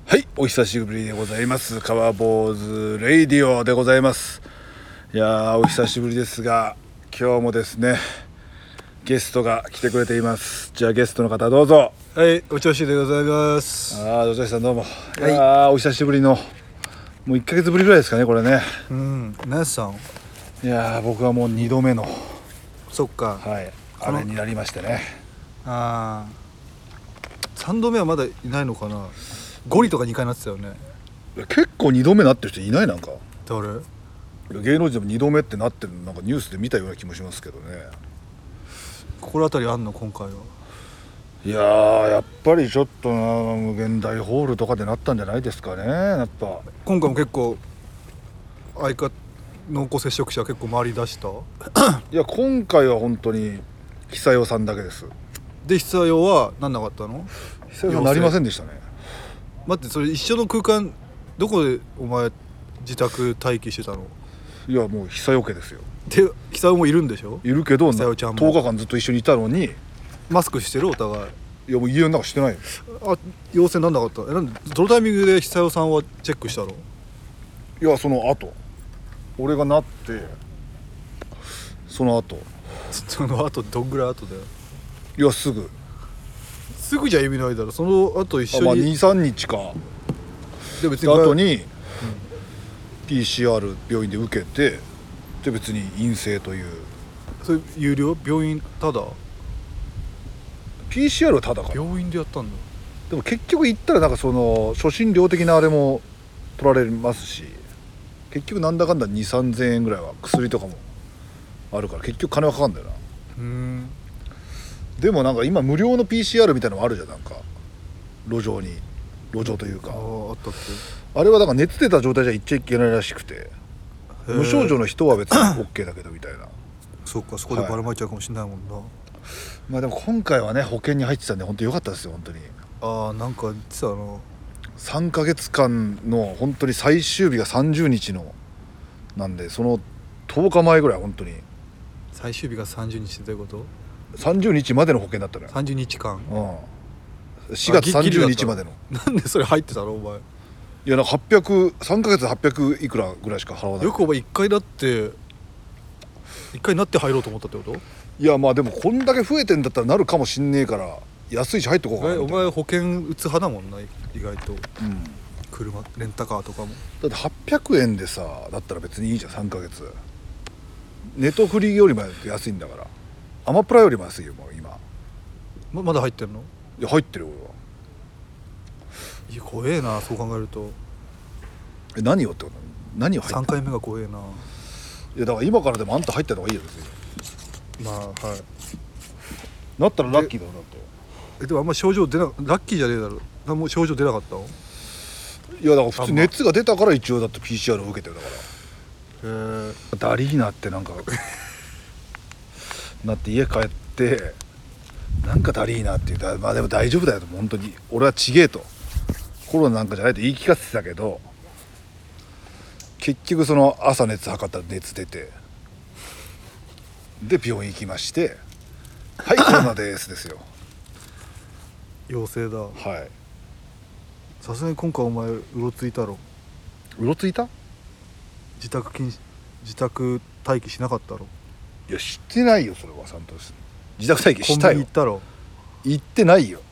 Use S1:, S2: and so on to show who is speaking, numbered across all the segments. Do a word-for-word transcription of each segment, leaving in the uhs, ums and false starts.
S1: はい、お久しぶりでございます。川坊主レイディオでございます。いやー、お久しぶりですが、今日もですねゲストが来てくれています。じゃあゲストの方どうぞ。
S2: はい、お調子でございます。
S1: ああ、お調子さんどうも。
S2: はい、
S1: いやー、お久しぶりのもういっかげつぶりぐらいですかね、これね。
S2: うん、ナイスさん。
S1: いやー、僕はもうにどめの
S2: そっか。
S1: はいあれになりましてね。
S2: ああ、さんどめはまだいないのかな。ゴリとかにかいなってたよね。
S1: 結構にどめなってる人いない？なんか
S2: 誰？
S1: 芸能人でもにどめってなってるのなんかニュースで見たような気もしますけどね。
S2: 心当たりあんの今回は？
S1: いやー、やっぱりちょっとな、無限大ホールとかでなったんじゃないですかね。やっぱ
S2: 今回も結構相方濃厚接触者結構回り出した。
S1: いや、今回は本当に久代さんだけです。
S2: で久代はなんなかったの？
S1: 久代さんなりませんでしたね。
S2: 待って、それ一緒の空間どこでお前自宅待機してたの？
S1: いや、もう久代家ですよ。
S2: で久代もいるんでしょ？
S1: いるけど
S2: 久代ちゃんも
S1: とおかかんずっと一緒にいたのに。
S2: マスクしてるお互い。
S1: いや、もう家の中してないよ。
S2: あ、陽性なんなかった。え、なんでどのタイミングで久代さんはチェックしたの？
S1: いや、その後俺がなってその後
S2: その後どんぐらい後だよ。
S1: いや、すぐ
S2: すぐじゃ意味ないだろ。その後一緒に、
S1: あ、まあ、にさんにちか
S2: で別
S1: で後
S2: に、
S1: に ピーシーアール 病院で受けて、で別に陰性という。
S2: それ有料？病院ただ？
S1: ピーシーアール はただかな。
S2: 病院でやったんだ。
S1: でも結局行ったらなんかその初診料的なあれも取られますし、結局なんだかんだにさんぜんえんぐらいは薬とかもあるから結局金はかかるんだよな。
S2: うーん。
S1: でもなんか今無料の ピーシーアール みたいなのもあるじゃん。なんか路上に路上というか、
S2: ああ、あったっ
S1: あれはだから熱出た状態じゃ行っちゃいけないらしくて、
S2: け？
S1: 無症状
S2: の。
S1: の人は別に OK だけどみたいな。
S2: そうか、そこでばらまいちゃうかもしれないもんな。
S1: まあでも今回はね保険に入ってたんで本当に良かったですよ。本当に
S2: ああ、なんか言ってたな。
S1: さんかげつかんの本当に最終日がさんじゅうにちのなんで、そのとおかまえぐらい本当に
S2: 最終日がさんじゅうにちってどういうこと？
S1: さんじゅうにちまでの保険だったのよ。
S2: さんじゅうにちかん。
S1: うん、しがつさんじゅうにちまでの。
S2: なんでそれ入ってたのお前？
S1: いや、なんかはっぴゃくさんかげつはっぴゃくいくらぐらいしか払わない。
S2: よくお前いっかいだっていっかいになって入ろうと思ったってこと？
S1: いや、まあでもこんだけ増えてんだったらなるかもしんねえから安いし入っとこうかなみたいな。
S2: お前保険打つ派だもんな、意外と。
S1: うん、
S2: 車レンタカーとかも。
S1: だってはっぴゃくえんでさ、だったら別にいいじゃん。さんかげつネトフリよりも安いんだから。アマプラよりも安いよもう今。
S2: ま, まだ入ってんの？
S1: いや、入ってるよ俺は。
S2: いや、怖えな、そう考えると。
S1: え、何よってこと？何を入ってる？
S2: さんかいめが怖えな。
S1: いや、だから今からでもあんた入った方がいいよ別に。
S2: まあはい。
S1: なったらラッキーだよ。だって
S2: え、でもあんま症状出な、ラッキーじゃねえだろ。何も症状出なかったの？
S1: いや、だから普通熱が出たから一応だって ピーシーアール を受けてるだか
S2: へえ。
S1: ら。ダリーナってなんかなって家帰ってなんかダリーナって言うと、まあでも大丈夫だよと、本当に俺はちげえと、コロナなんかじゃないと言い聞かせてたけど、結局その朝熱測ったら熱出て、で病院行きましてはいコロナですですよ。
S2: 陽性だ。
S1: はい。
S2: さすがに今回お前うろついたろ。
S1: うろついた？
S2: 自宅禁止自宅待機しなかったろ。
S1: いや、知ってないよそれは。ちゃんと自宅待機した
S2: コンビニ
S1: よ。
S2: 行ったろ。
S1: 行ってないよ。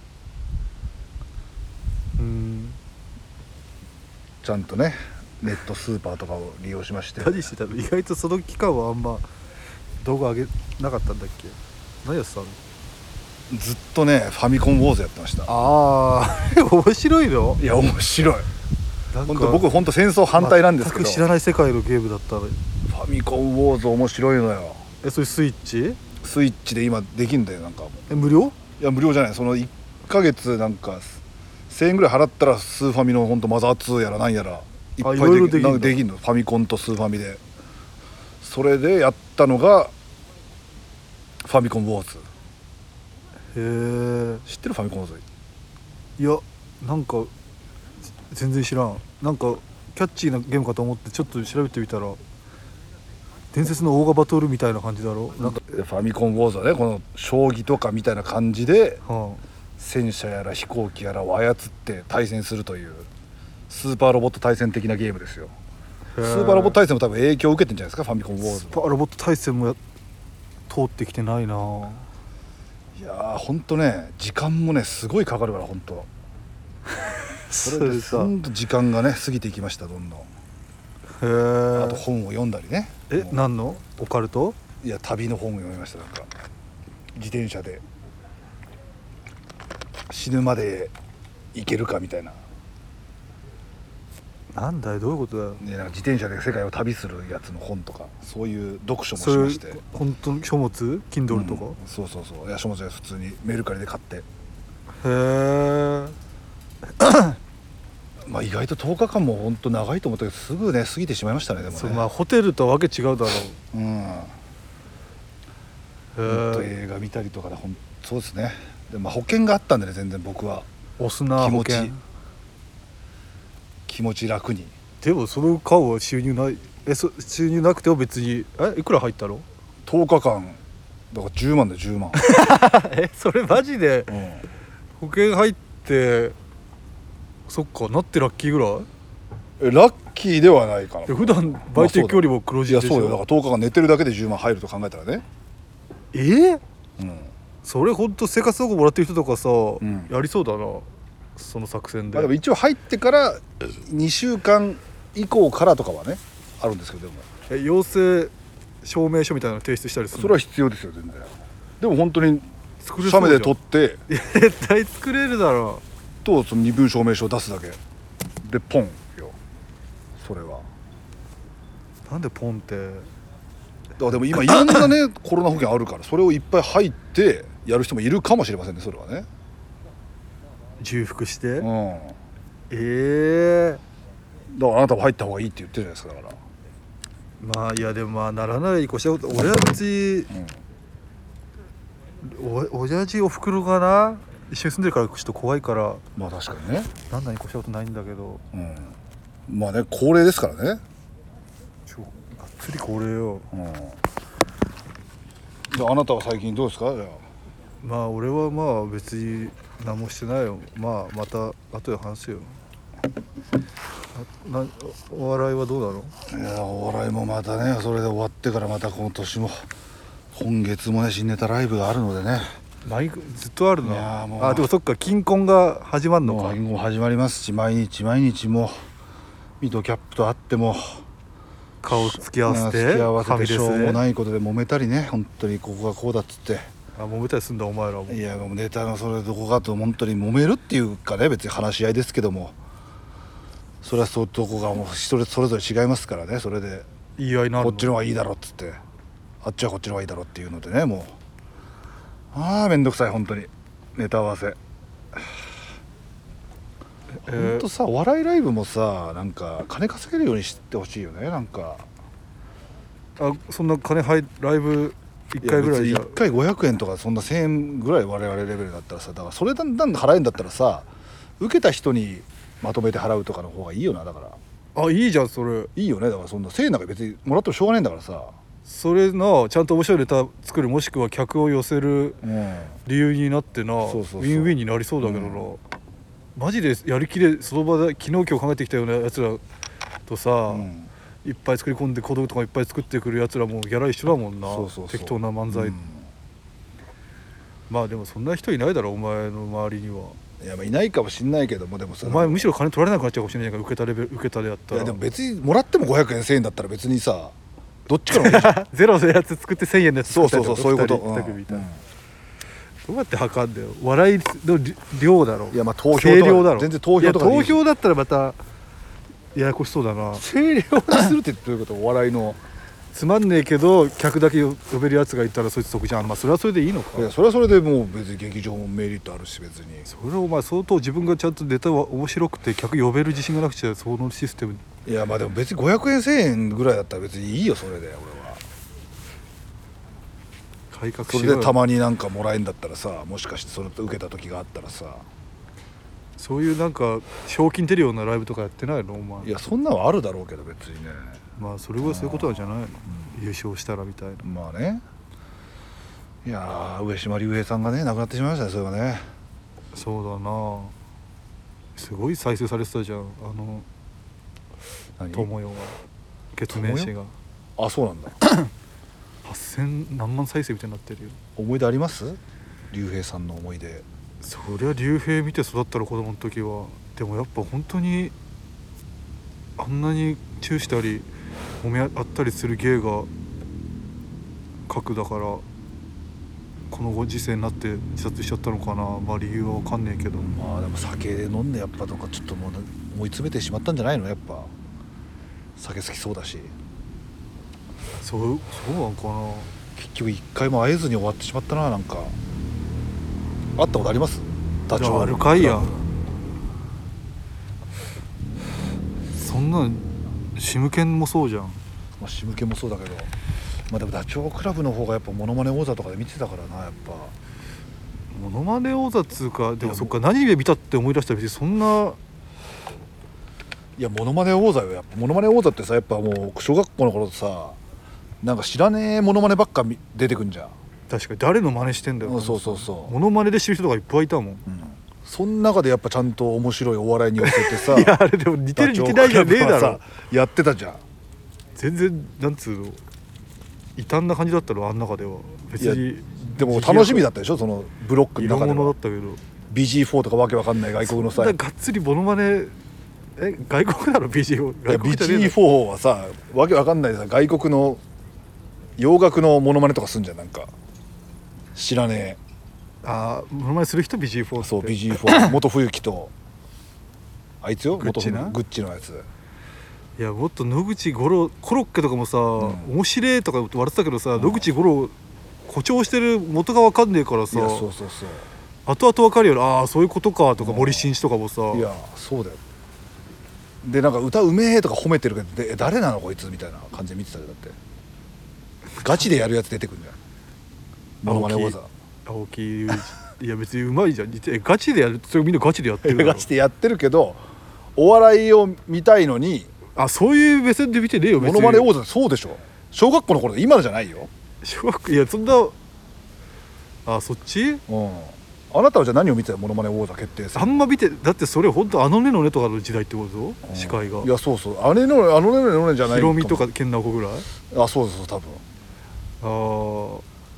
S2: うーん。
S1: ちゃんとねネットスーパーとかを利用しまして。
S2: 何してたの？意外とその期間はあんま動画上げなかったんだっけ？何やってたの？
S1: ずっとねファミコンウォーズやってました。
S2: ああ面白いの？
S1: いや面白い。
S2: なんか
S1: 本当僕本当戦争反対なんですけど、
S2: 全く知らない世界のゲームだったの。
S1: ファミコンウォーズ面白いのよ。
S2: え、それスイッチ？
S1: スイッチで今できんだよ。なんかもう
S2: え、無料？
S1: いや無料じゃない。そのいっかげつなんかせんえんぐらい払ったらスーファミの本当マザーツーやらなんやらいっぱい
S2: あいろいろできんだ
S1: なんかできんの。ファミコンとスーファミで。それでやったのがファミコンウォーズ。
S2: へえ。
S1: 知ってる？ファミコンウォーズ。
S2: いや、なんか全然知らん。なんかキャッチーなゲームかと思ってちょっと調べてみたら伝説のオーガバトルみたいな感じだろ。なんか、
S1: ファミコンウォーズはね、この将棋とかみたいな感じで
S2: は
S1: 戦車やら飛行機やらを操って対戦するという。 スーパーロボット対戦的なゲームですよ。
S2: ス
S1: スーパーロボット対戦も多分影響を受けてるんじゃないですか、ファミコンウォーズ
S2: スーパーロボット対戦もや通ってきてないな。
S1: いやーほんとね時間もねすごいかかるからほんとそれでほんと時間がね過ぎていきましたどんどん。
S2: へえ。
S1: あと本を読んだりね。
S2: え何のオカルト？
S1: いや旅の本を読みました。なんか自転車で死ぬまで行けるかみたいな、
S2: なんだよどういうことだよ。
S1: ね、なんか自転車で世界を旅するやつの本とかそういう読書もし
S2: そういう
S1: まして
S2: 本当の書物 Kindle とか、
S1: うんそうそうそういや書物で普通にメルカリで買って、
S2: へえ。
S1: まあ意外ととおかかんも本当長いと思ったけどすぐね過ぎてしまいましたね。でもね
S2: そうまあホテルとはわけ違うだろう。
S1: うん
S2: へ
S1: ほんと
S2: え。
S1: 映画見たりとかでほんそうですね。で、まあ、保険があったんでね全然僕は
S2: 押すな
S1: 気持ち
S2: 保険。
S1: 気持ち楽に
S2: でもその買うは収入ない。えそ収入なくても別にえいくら入ったの？
S1: とおかかんだからじゅうまんでじゅうまん、
S2: えそれマジで
S1: うん、
S2: 保険入ってそっかなってラッキーぐらい。
S1: えラッキーではないかな。
S2: で普段バイト行くよりも黒
S1: い
S2: 字でしょ。
S1: やそうよだからとおかかん寝てるだけでじゅうまん入ると考えたらね、
S2: えー、
S1: うん、
S2: それほんと生活保護もらってる人とかさ、
S1: ん
S2: やりそうだなその作戦で。
S1: まあ、でも一応入ってからにしゅうかん以降からとかはねあるんですけど、でも
S2: え陽性証明書みたいなの提出したりするの？
S1: それは必要ですよ全然。でも本当に
S2: 作れそうじゃん。
S1: 写メで撮って
S2: 絶対作れるだろ
S1: とその身分証明書を出すだけでポンよそれは。
S2: う。なんでポンって
S1: だからでも今いろんなねコロナ保険あるからそれをいっぱい入ってやる人もいるかもしれませんねそれはね。
S2: 重複して、
S1: うん、
S2: ええ
S1: だからあなたも入った方がいいって言ってるじゃないですか。だから
S2: ー、まあいやでもまあならないに越したこと俺は別に、お親父おふくろがな一緒に住んでるからちょっと怖いから
S1: まあ確かにね、
S2: なんだに越したことないんだけど、
S1: うん、まあね高齢ですからね、
S2: ちょがっつり高齢よ。
S1: うん、であなたは最近どうですか。じゃあ
S2: まあ俺はまあ別に何もしてないよ。まあまた後で話すよ。なお笑いはどうなの？
S1: いやお笑いもまたねそれで終わってからまた今年も今月もね新ネタライブがあるのでね。
S2: 毎ずっとある
S1: いや
S2: な。
S1: もう
S2: あでもそっか金婚が始まるのか。
S1: もうもう始まりますし毎日毎日もうミドキャップと会っても
S2: 顔つき合わせて
S1: 付き合わせ
S2: ファミレス
S1: てしょうも
S2: で
S1: ないことで揉めたりね本当にここがこうだっつって
S2: あ揉めたりすんだお前らも。
S1: いやもうネタのそれどこかと本当に揉めるっていうかね別に話し合いですけどもそれはそうどこがもうそれそれぞれ違いますからね。それで
S2: 言い合いになるの？
S1: こっちの方がいいだろっつってあっちはこっちの方がいいだろっていうのでねもうああめんどくさい本当にネタ合わせ。
S2: えー
S1: ほんとさお笑いライブもさなんか金稼げるようにしてほしいよね。なんか
S2: あそんな金入ライブいっかいぐらいじゃ
S1: いっかいごひゃくえんとかそんなせんえんぐらい我々レベルだったらさだからそれだんだん払えんだったらさ受けた人にまとめて払うとかの方がいいよな。だから
S2: あいいじゃんそれ。
S1: いいよね。だからそんなせんえんなんか別にもらってもしょうがないんだからさ、
S2: それのちゃんと面白いネタ作るもしくは客を寄せる
S1: うん
S2: 理由になってな
S1: そうそうそう
S2: ウィンウィンになりそうだけどな、
S1: うん
S2: マジでやる気でその場で昨日今日考えてきたようなやつらとさ、
S1: うん
S2: いっぱい作り込んで小道具とかいっぱい作ってくるやつらもギャラ一緒だもんな。
S1: そうそうそう
S2: 適当な漫才、
S1: うん
S2: まあでもそんな人いないだろお前の周りには。
S1: いやまあいないかもしんないけどもでもさ
S2: お前むしろ金取られなくなっちゃうかもしれないから受けたレベル受けたでやったら。
S1: いやでも別にもらってもごひゃくえんせんえんだったら別にさどっちからもいいじゃん
S2: ゼロのやつ作ってせんえんのやつ
S1: そう
S2: 作ったり
S1: そうそうそういうこと、
S2: ふたりみたいな、
S1: うん
S2: どうやって測んだよ。笑いの量だろ。
S1: いやまあ投票
S2: 声量だろ。
S1: とか全然投票とか
S2: い
S1: でいいし
S2: や投票だったらまたややこしそうだな。
S1: 声量にするってどういうことお笑いの
S2: つまんねえけど客だけ呼べるやつがいたらそいつ得じゃん。まあそれはそれでいいのか。
S1: いやそれはそれでもう別に劇場もメリットあるし別に
S2: それはお前相当自分がちゃんとネタは面白くて客呼べる自信がなくちゃそのシステム。
S1: いやまあでも別にごひゃくえんせんえんぐらいだったら別にいいよそれで俺は。
S2: 改革しろよ。
S1: それでたまになんかもらえんだったらさもしかしてそれと受けた時があったらさ
S2: そういうなんか賞金出るようなライブとかやってないのお前。
S1: いやそんなのあるだろうけど別にね
S2: まあそれはそういうことなんじゃないの、優勝したらみたいな。
S1: まあねいやー上島竜兵さんがね亡くなってしまいましたねそれはね。
S2: そうだな。 すごい再生されてたじゃん、あの
S1: 何
S2: 友よが月面誌が
S1: あ、そうなんだ。
S2: はっせん何万再生みたいになってるよ。
S1: 思い出あります？竜兵さんの思い出。
S2: そりゃ竜兵見て育ったら子供の時は。でもやっぱ本当にあんなにチューしたり揉め合ったりする芸が核だから、このご時世になって自殺しちゃったのかな。まあ理由は分かんねえけど、
S1: まあでも酒で飲んでやっぱとかちょっともう思い詰めてしまったんじゃないの？やっぱ酒好きそうだし。
S2: そうそうなんかな。
S1: 結局一回も会えずに終わってしまったな。なんか会ったことあります？ダチョウ
S2: あるかいや。そんなんシムケンもそうじゃん。
S1: まあ、シムケもそうだけど、まあでもダチョウ倶楽部の方がやっぱモノマネ王座とかで見てたからな。やっぱ
S2: モノマネ王座っつうか、でもそっか、何で見たって思い出したら別にそんな。
S1: いやモノマネ王座よ。やっぱモノマネ王座ってさ、やっぱもう小学校の頃とさ、なんか知らねえモノマネばっか出てくんじゃん。
S2: 確かに誰の真似してんだよ、
S1: うん、そうそうそう。
S2: モノマネで知る人とかいっぱいいたもん、
S1: うん、その中でやっぱちゃんと面白いお笑いに寄せてさ
S2: いやあれでも似てる似てないじゃねえだろ。
S1: やってたじゃん。
S2: 全然なんつうの異端な感じだったろ、あん中では。別に
S1: でも楽しみだったでしょ、そのブロックの中では。
S2: 色物だったけど
S1: ビージーフォー とかわけわかんない外国のさ、
S2: がっつりモノマネ。え外国なの ビージーフォー？ 外国じゃねえの？
S1: ビージーフォー はさわけわかんないさ外国の洋楽のモノマネとかすんじゃん。なんか知らねえ。
S2: ああモノマネする人 ビージーフォー って。
S1: そう ビージーフォー 元冬樹とあいつよ、
S2: グッチな
S1: 元グッチのやつ。
S2: いやもっと野口五郎コロッケとかもさ、
S1: ん
S2: 面白いとか言って笑ってたけどさ、
S1: うん
S2: 野口五郎誇張してる元が分かんねえからさ、
S1: いやそうそうそう。
S2: 後々分かるよ。ああそういうことかとか、森進一とかもさ、
S1: いやそうだよ。でなんか歌うめえとか褒めてるけど、で誰なのこいつみたいな感じで見てたよ。だってガチでやるやつ出てくるんじゃん、モノマネ王座。
S2: 青木雄二いや別にうまいじゃん。似てえガチでやる、それみんなガチでやってるだろ。
S1: ガチでやってるけど、お笑いを見たいのに
S2: あそういう目線で見てねえよ別に。
S1: モノマネ王座そうでしょ。小学校の頃で、今のじゃないよ。
S2: 小学いやそんな。あそっち。
S1: うん。あなたはじゃあ何を見てた？モノマネ王座決定戦。
S2: あんま見て、だってそれ本当あのねのねとかの時代ってこと、
S1: うん
S2: 司会が。
S1: いやそうそう、あれのあのねのねじゃない
S2: ヒロミと
S1: か
S2: か健直子ぐらい。
S1: も。あそうです多分。
S2: ああ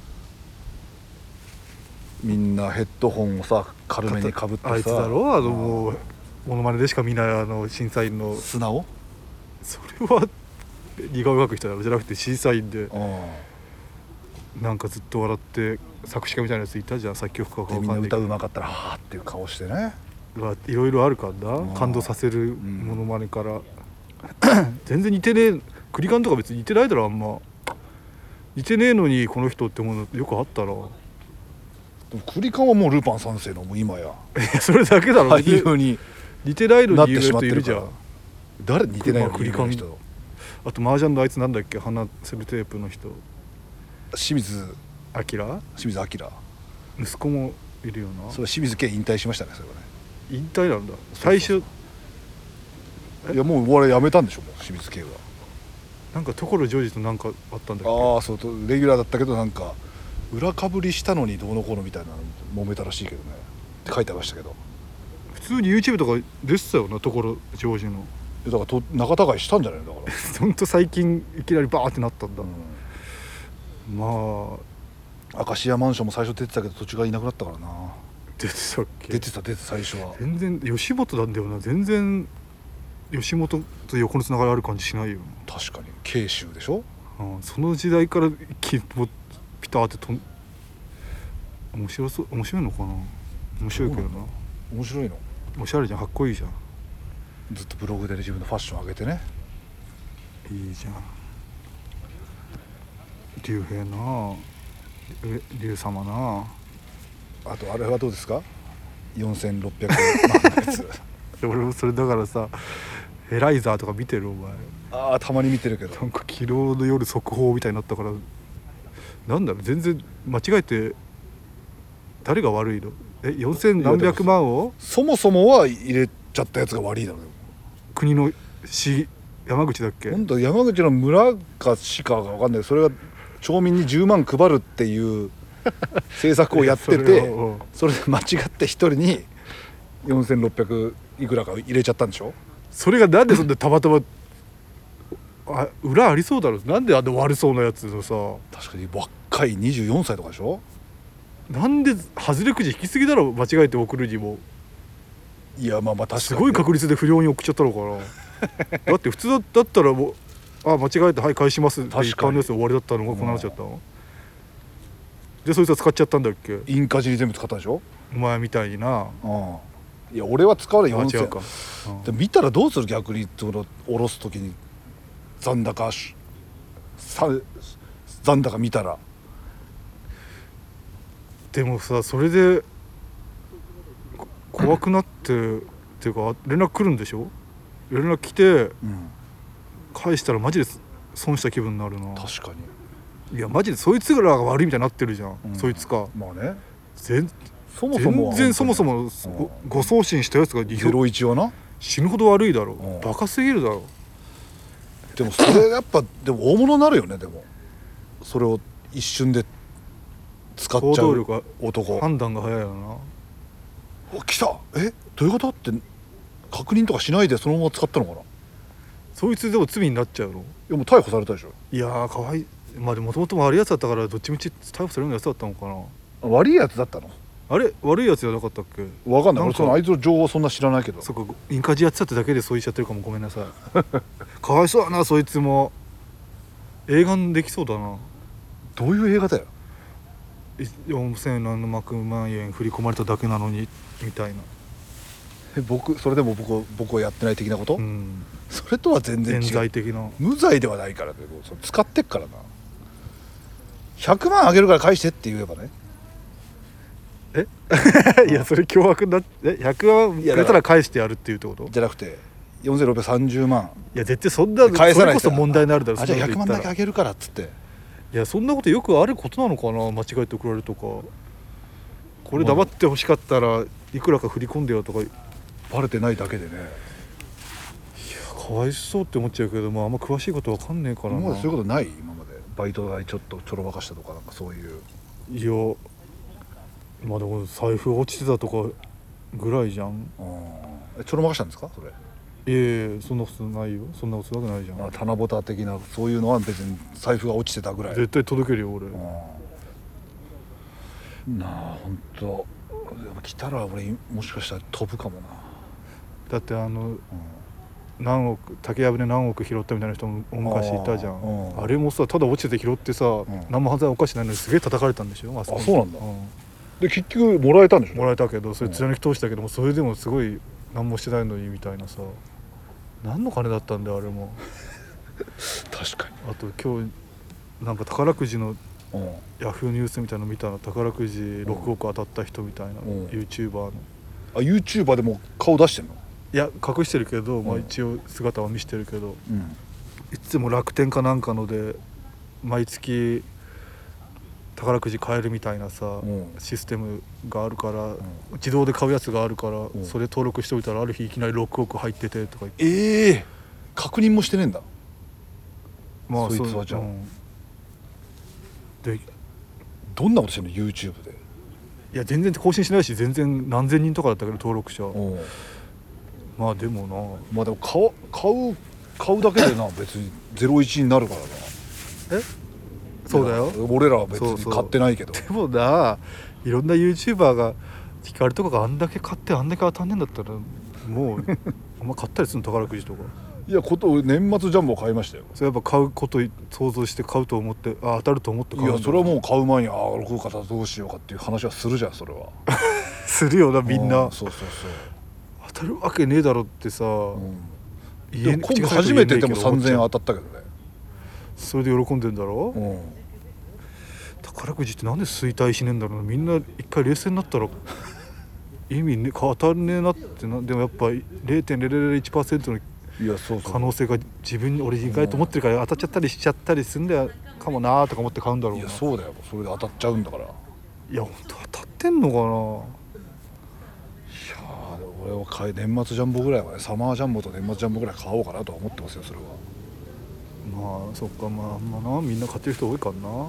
S1: みんなヘッドホンをさ軽めにかぶってさ、
S2: あいつだろ、あのもうモノマネでしか見ないあの審査員の。
S1: 素直。
S2: それは似顔絵描く人だろじゃなくて審査員で
S1: うん。
S2: なんかずっと笑って作詞家みたいなやついたじゃん、作曲家か
S1: でみんな
S2: 分かんないけど。
S1: 歌うまかったらはあっていう顔してね。
S2: まあいろいろあるから
S1: うん
S2: な、感動させるモノマネから、全然似てねえ。クリカンとか別に似てないだろあんま。似てねえのにこの人って思うのよくあったら。
S1: でもクリカンはもうルパン三世のもう今や
S2: いやそれだけだろ。
S1: 俳優に
S2: 似てないの
S1: なって
S2: に言う
S1: しまってるから。
S2: 人いるじゃん。
S1: 誰似てないの
S2: まあクリカン
S1: 有名な人。
S2: あと麻雀のあいつなんだっけ、鼻セルテープの人、
S1: 清水
S2: アキラ
S1: 清水明。
S2: 息子もいるよな。
S1: それ清水家引退しましたねそれはね。
S2: 引退なんだ最初。
S1: いやもうお笑いやめたんでしょもう清水家は。
S2: なんか所ジョージとなんかあったんだっけ。
S1: ああそうとレギュラーだったけどなんか裏かぶりしたのにどうのこうのみたいな揉めたらしいけどねって書いてありましたけど。
S2: 普通に YouTube とか出てたよな所ジョージの。
S1: だからと仲違いしたんじゃないのだから
S2: ほんと最近いきなりバーってなったんだ、
S1: う
S2: まあ
S1: ん、明石家マンションも最初出てたけど途中からいなくなったからな。
S2: 出てたっけ。
S1: 出てた出てた最初は。
S2: 全然吉本なんだよな。全然吉本と横のつながりある感じしないよ
S1: 確かに慶州でしょ。
S2: な、うん、その時代から一気にもうピターってとん面白そう。面白いのかな。面白いけどな。
S1: 面白いの。
S2: おしゃれじゃん、かっこいいじゃん。
S1: ずっとブログで自分のファッション上げてね。
S2: いいじゃん竜兵なあ、え竜様なあ。
S1: あとあれはどうですかよんせんろっぴゃくまんのやつ。
S2: 俺もそれだからさ、エライザーとか見てるお前。
S1: ああたまに見てるけど
S2: なんか昨日の夜速報みたいになったから、なんだろう全然間違えて誰が悪いの。えよんせん何百万を
S1: そもそもは入れちゃったやつが悪いだろうよ。
S2: 国の市山口だっけ。
S1: 本当山口の村か市かが分かんない。それが町民にじゅうまん配るっていう政策をやって
S2: それ
S1: て
S2: を
S1: それで間違って一人によんせんろっぴゃくいくらか入れちゃったんでしょ。
S2: それがなんでそんなたまたまあ裏ありそうだろ。なんであんな悪そうなやつのさ、
S1: 確かに若いにじゅうよんさいとかでしょ。
S2: なんで外れくじ引きすぎだろ、間違えて送るにも。
S1: いやまあまあ確かに、ね、
S2: すごい確率で不良に送っちゃったのかなだって普通だったらもうあ間違えてはい返しますって一般のやつで終わりだったのがこうなっちゃったの、でそいつは使っちゃったんだっけ。
S1: インカジに全部使ったでしょ。
S2: お前みたいにな。
S1: うん、いや俺は使わないよんせん。
S2: あ違うか、うん、
S1: で見たらどうする、逆にその下ろす時に残高さ残高見たら。
S2: でもさそれで怖くなってっていうか連絡来るんでしょ。連絡来て、うん、返したらマジで損した気分になるな。
S1: 確か
S2: にいやマジでそいつらが悪いみたいになってるじゃん、うん、そいつか。
S1: まあね
S2: 全
S1: そもそも
S2: 全然そもそも誤送信したやつが
S1: ゼロイチはな
S2: 死ぬほど悪いだろ、うん、バカすぎるだろ。
S1: でもそれやっぱでも大物になるよね。でもそれを一瞬で使っちゃう男、
S2: 判断が早いよな。
S1: お来たえどういうことって確認とかしないでそのまま使ったのかな。
S2: そいつでも罪になっちゃうの。
S1: いやもう逮捕されたでしょ。
S2: いやーかわいまあでもともと悪いやつだったからどっちみち逮捕されるようなやつだったのかな。
S1: 悪いやつだったの。
S2: あれ悪いやつじゃなかったっけ。
S1: 分かんない。俺そのあいつの情報そんな知らないけど。
S2: そっかインカジやってたってだけでそう言っちゃってるかも。ごめんなさいかわいそうだなそいつも。映画にできそうだな。
S1: どういう映画だよ。
S2: よんせんなんまく万円振り込まれただけなのにみたいな。
S1: え僕それでも僕を僕をやってない的なこと、うん、それとは全然違う。
S2: 冤罪的な。無
S1: 罪ではないから。使ってっからな。ひゃくまんあげるから返してって言えばね。
S2: えいやそれ凶悪だって。ひゃくまんくれたら返してやるっていうってこと。
S1: じゃなくてよんせんろっぴゃくさんじゅうまん。
S2: いや絶対そんな返さない。それこそ問題になるだろ。
S1: あじゃあひゃくまんだけあげるからっつって。
S2: いやそんなことよくあることなのかな。間違えて送られるとか。これ黙ってほしかったらいくらか振り込んでよとか。
S1: バレてないだけでね。い
S2: やかわいそうって思っちゃうけど、まあ、あんま詳しいことわかんねえからな。
S1: 今までそういうことない。今までバイト代ちょっとちょろばかしたとかなんかそういう。
S2: いやまあでも財布落ちてたとかぐらいじゃん。
S1: えちょろまかしたんですかそれ。
S2: いやいやそんなことないよ。そんなことわけないじゃん。
S1: あ棚ぼた的なそういうのは別に財布が落ちてたぐらい。
S2: 絶対届けるよ俺。
S1: なあほんと来たら俺もしかしたら飛ぶかもな。
S2: だってあの、うん、何億竹やぶで何億拾ったみたいな人も昔いたじゃん。 あ, あれもさただ落ちてて拾ってさ、うん、何も犯罪おかしないのにすげえ叩かれたんでしょ。 あ,
S1: あそうなんだ、うん、で結局もらえたんでしょ。
S2: もらえたけどそれ貫き通したけども、それでもすごい何もしてないのにみたいなさ。何の金だったんだよあれも
S1: 確かに。
S2: あと今日なんか宝くじのヤフーニュースみたいなの見たら宝くじろくおく当たった人みたいな YouTuber の。
S1: あ YouTuber でも顔出してんの。
S2: いや隠してるけど、まあ、一応姿は見せてるけど、うん、いつも楽天かなんかので毎月宝くじ買えるみたいなさ、うん、システムがあるから、うん、自動で買うやつがあるから、うん、それ登録しておいたらある日いきなりろくおく入っててとか言って。
S1: ええー、確認もしてねえんだ。
S2: まあ
S1: そいつはじゃあ、うん、
S2: で
S1: どんなことしてんの YouTube で。
S2: いや全然更新しないし全然何千人とかだったけど登録者。まあでもな
S1: まあでも買う買う買うだけでな別にゼロイチになるからな。
S2: えそうだよ。
S1: 俺らは別に買ってないけど。
S2: そうそうでもないろんな YouTuber が光とかがあんだけ買ってあんだけ当たんねえんだったらもうあんま買ったりするの宝くじとか。
S1: いやこと年末ジャンボを買いましたよ。
S2: それやっぱ買うこと想像して買うと思ってあ当たると思って買うんだ。
S1: いやそれはもう買う前にああろくおくどうしようかっていう話はするじゃんそれは
S2: するよなみんな。
S1: そうそうそう
S2: 当たるわけねえだろってさ、うん、
S1: でも今回初めてでもさんぜんえん当たったけどね。そ
S2: れで喜んでんだろ、うん、宝くじってなんで衰退しねえんだろうな。みんな一回冷静になったら意味ね当たんねえなってな。でもやっぱ ゼロてんゼロゼロゼロいちパーセント の
S1: いやそうそう
S2: 可能性が自分に俺意外と思ってるから当たっちゃったりしちゃったりするんだよかもなーとか思って買うんだろうな。
S1: いやそうだよそれで当たっちゃうんだから。い
S2: や本当当たってんのかな。
S1: 俺は買い年末ジャンボぐらいはねサマージャンボと年末ジャンボぐらい買おうかなとは思ってますよそれは。
S2: まあそっかまあまあなみんな買ってる人多いからな。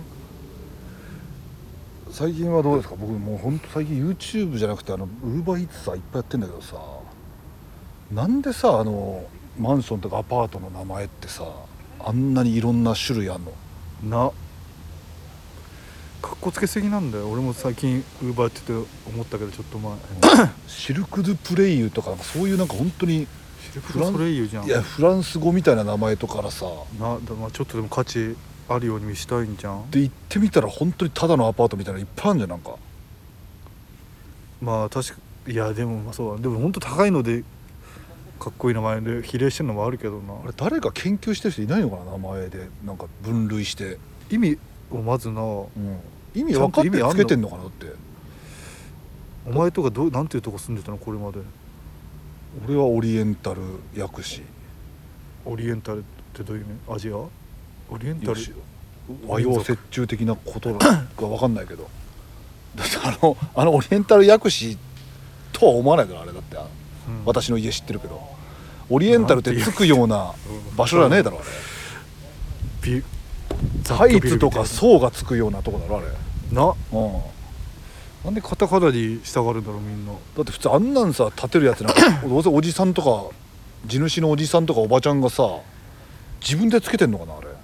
S1: 最近はどうですか。僕もうほんと最近 YouTube じゃなくてあの Uber Eats さいっぱいやってんだけどさなんでさあのマンションとかアパートの名前ってさあんなにいろんな種類あんの？
S2: なかっこつけすぎなんだよ。俺も最近ウーバーって言って思ったけどちょっと前
S1: シルク・ドゥ・プレイユとかなんかそういうなんか本当に
S2: シルク・ドゥ・ソレイユじゃん。
S1: いやフランス語みたいな名前とからさ
S2: なだ、まあ、ちょっとでも価値あるように見したいんじゃん。
S1: で行ってみたら本当にただのアパートみたいなのいっぱいあるんじゃん。なんか
S2: まあ確かいやでもまあそうだでも本当高いのでかっこいい名前で比例してるのもあるけどな。
S1: あれ誰か研究してる人いないのかな、名前でなんか分類して、
S2: 意味をまずな、
S1: うん、意味分かってつけてんのかなって。
S2: お前とかどなんていうとこ住んでたのこれまで。
S1: 俺はオリエンタル薬師。
S2: オリエンタルってどういう意味？アジア？オリエンタル
S1: 和洋折衷的なことが分かんないけどだってあのあのオリエンタル薬師とは思わないからあれだって、うん、私の家知ってるけどオリエンタルってつくような場所じゃねえだろあれ。ビハイツとか層がつくようなとこだろあれ
S2: な、
S1: うん、
S2: なんでカタカナに従うんだろうみんな。
S1: だって普通あんなんさ建てるやつなんかどうせおじさんとか地主のおじさんとかおばちゃんがさ自分でつけてんのかなあれ。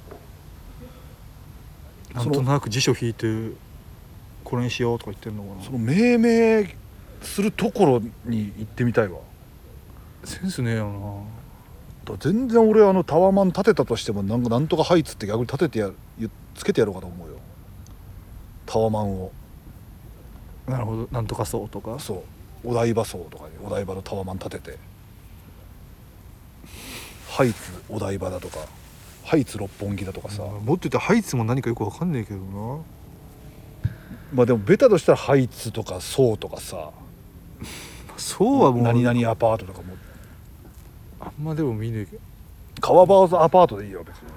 S2: なんとなく辞書引いてこれにしようとか言ってんのかな。
S1: その命名するところに行ってみたいわ。
S2: センスねえよな。
S1: 全然俺あのタワマン建てたとしてもなんかなんとかハイツって逆に建ててやつけてやろうかと思うよタワマンを。
S2: なるほど、なんとかそうとか。
S1: そうお台場層とかにお台場のタワマン建ててハイツお台場だとかハイツ六本木だとかさ、
S2: もっと言ったらハイツも何かよく分かんないけどな。
S1: まあでもベタとしたらハイツとか層とかさ
S2: そうはもう
S1: 何々アパートとかも
S2: あんまでも見ねえけど。
S1: 川場アパートでいいよ別に。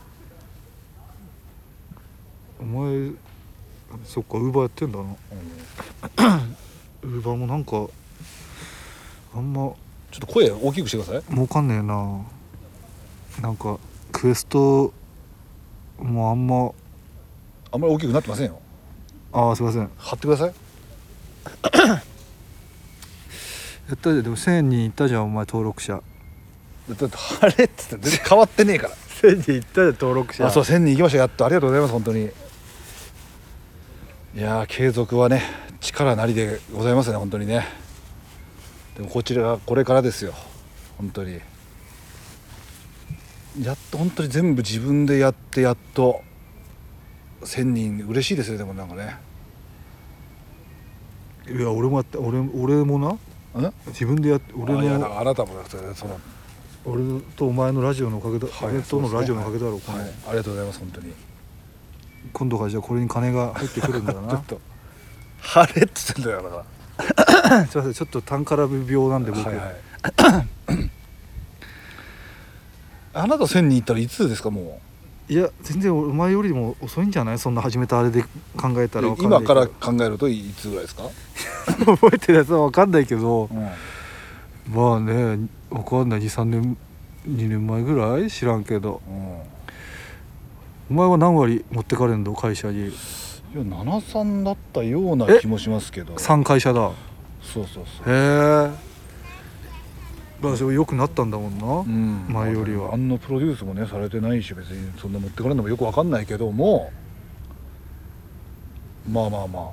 S2: お前そっかウーバーやってんだな。ウーバーもなんかあんま
S1: ちょっと声大きくしてください。
S2: 儲かんねえな。なんかクエストもうあんま
S1: あんまり大きくなってませんよ。
S2: ああすいません。
S1: 貼ってください。
S2: やったじゃん。でもせんにんいったじゃんお前登録者。
S1: だって貼れって言って全然変わってねえから
S2: せんにんいったじゃん登録者。
S1: あそうせんにん行きました。やっとありがとうございます本当に。いやー継続はね力なりでございますね本当にね。でもこちらがこれからですよ本当に。やっと本当に全部自分でやってやっとせんにん嬉しいですよ。でもなんかね
S2: いや俺もやった俺俺もな自分でやって俺の
S1: あいやだからあなたもその
S2: 俺とお前のラジオのおかげだ、
S1: はい、
S2: 俺とのラジオのおかげだろう、
S1: はいはい、ありがとうございます本当に。
S2: 今度からじゃあこれに金が入ってくるんだな。
S1: ちょっと晴れって言ってんだよだから
S2: すいませんちょっと単から病なんで僕、はいはい、
S1: あなたせんにんいったらいつですかも
S2: う。いや全然お前よりも遅いんじゃない。そんな始めたあれで考えたら分かんない。
S1: 今から考えるといつぐらいですか
S2: 覚えてるやつは分かんないけど、うん、まあね分かんない にさんねんにねんまえぐらい知らんけど、うん、お前は何割持ってかれんの会社に。
S1: いやななさんだったような気もしますけど。
S2: さん会社だ。
S1: そうそうそう。
S2: へえ。場所良くなったんだもんな、うん、前よりは。
S1: あんなプロデュースもねされてないし別にそんな持ってかれるのもよく分かんないけどもまあまあまあ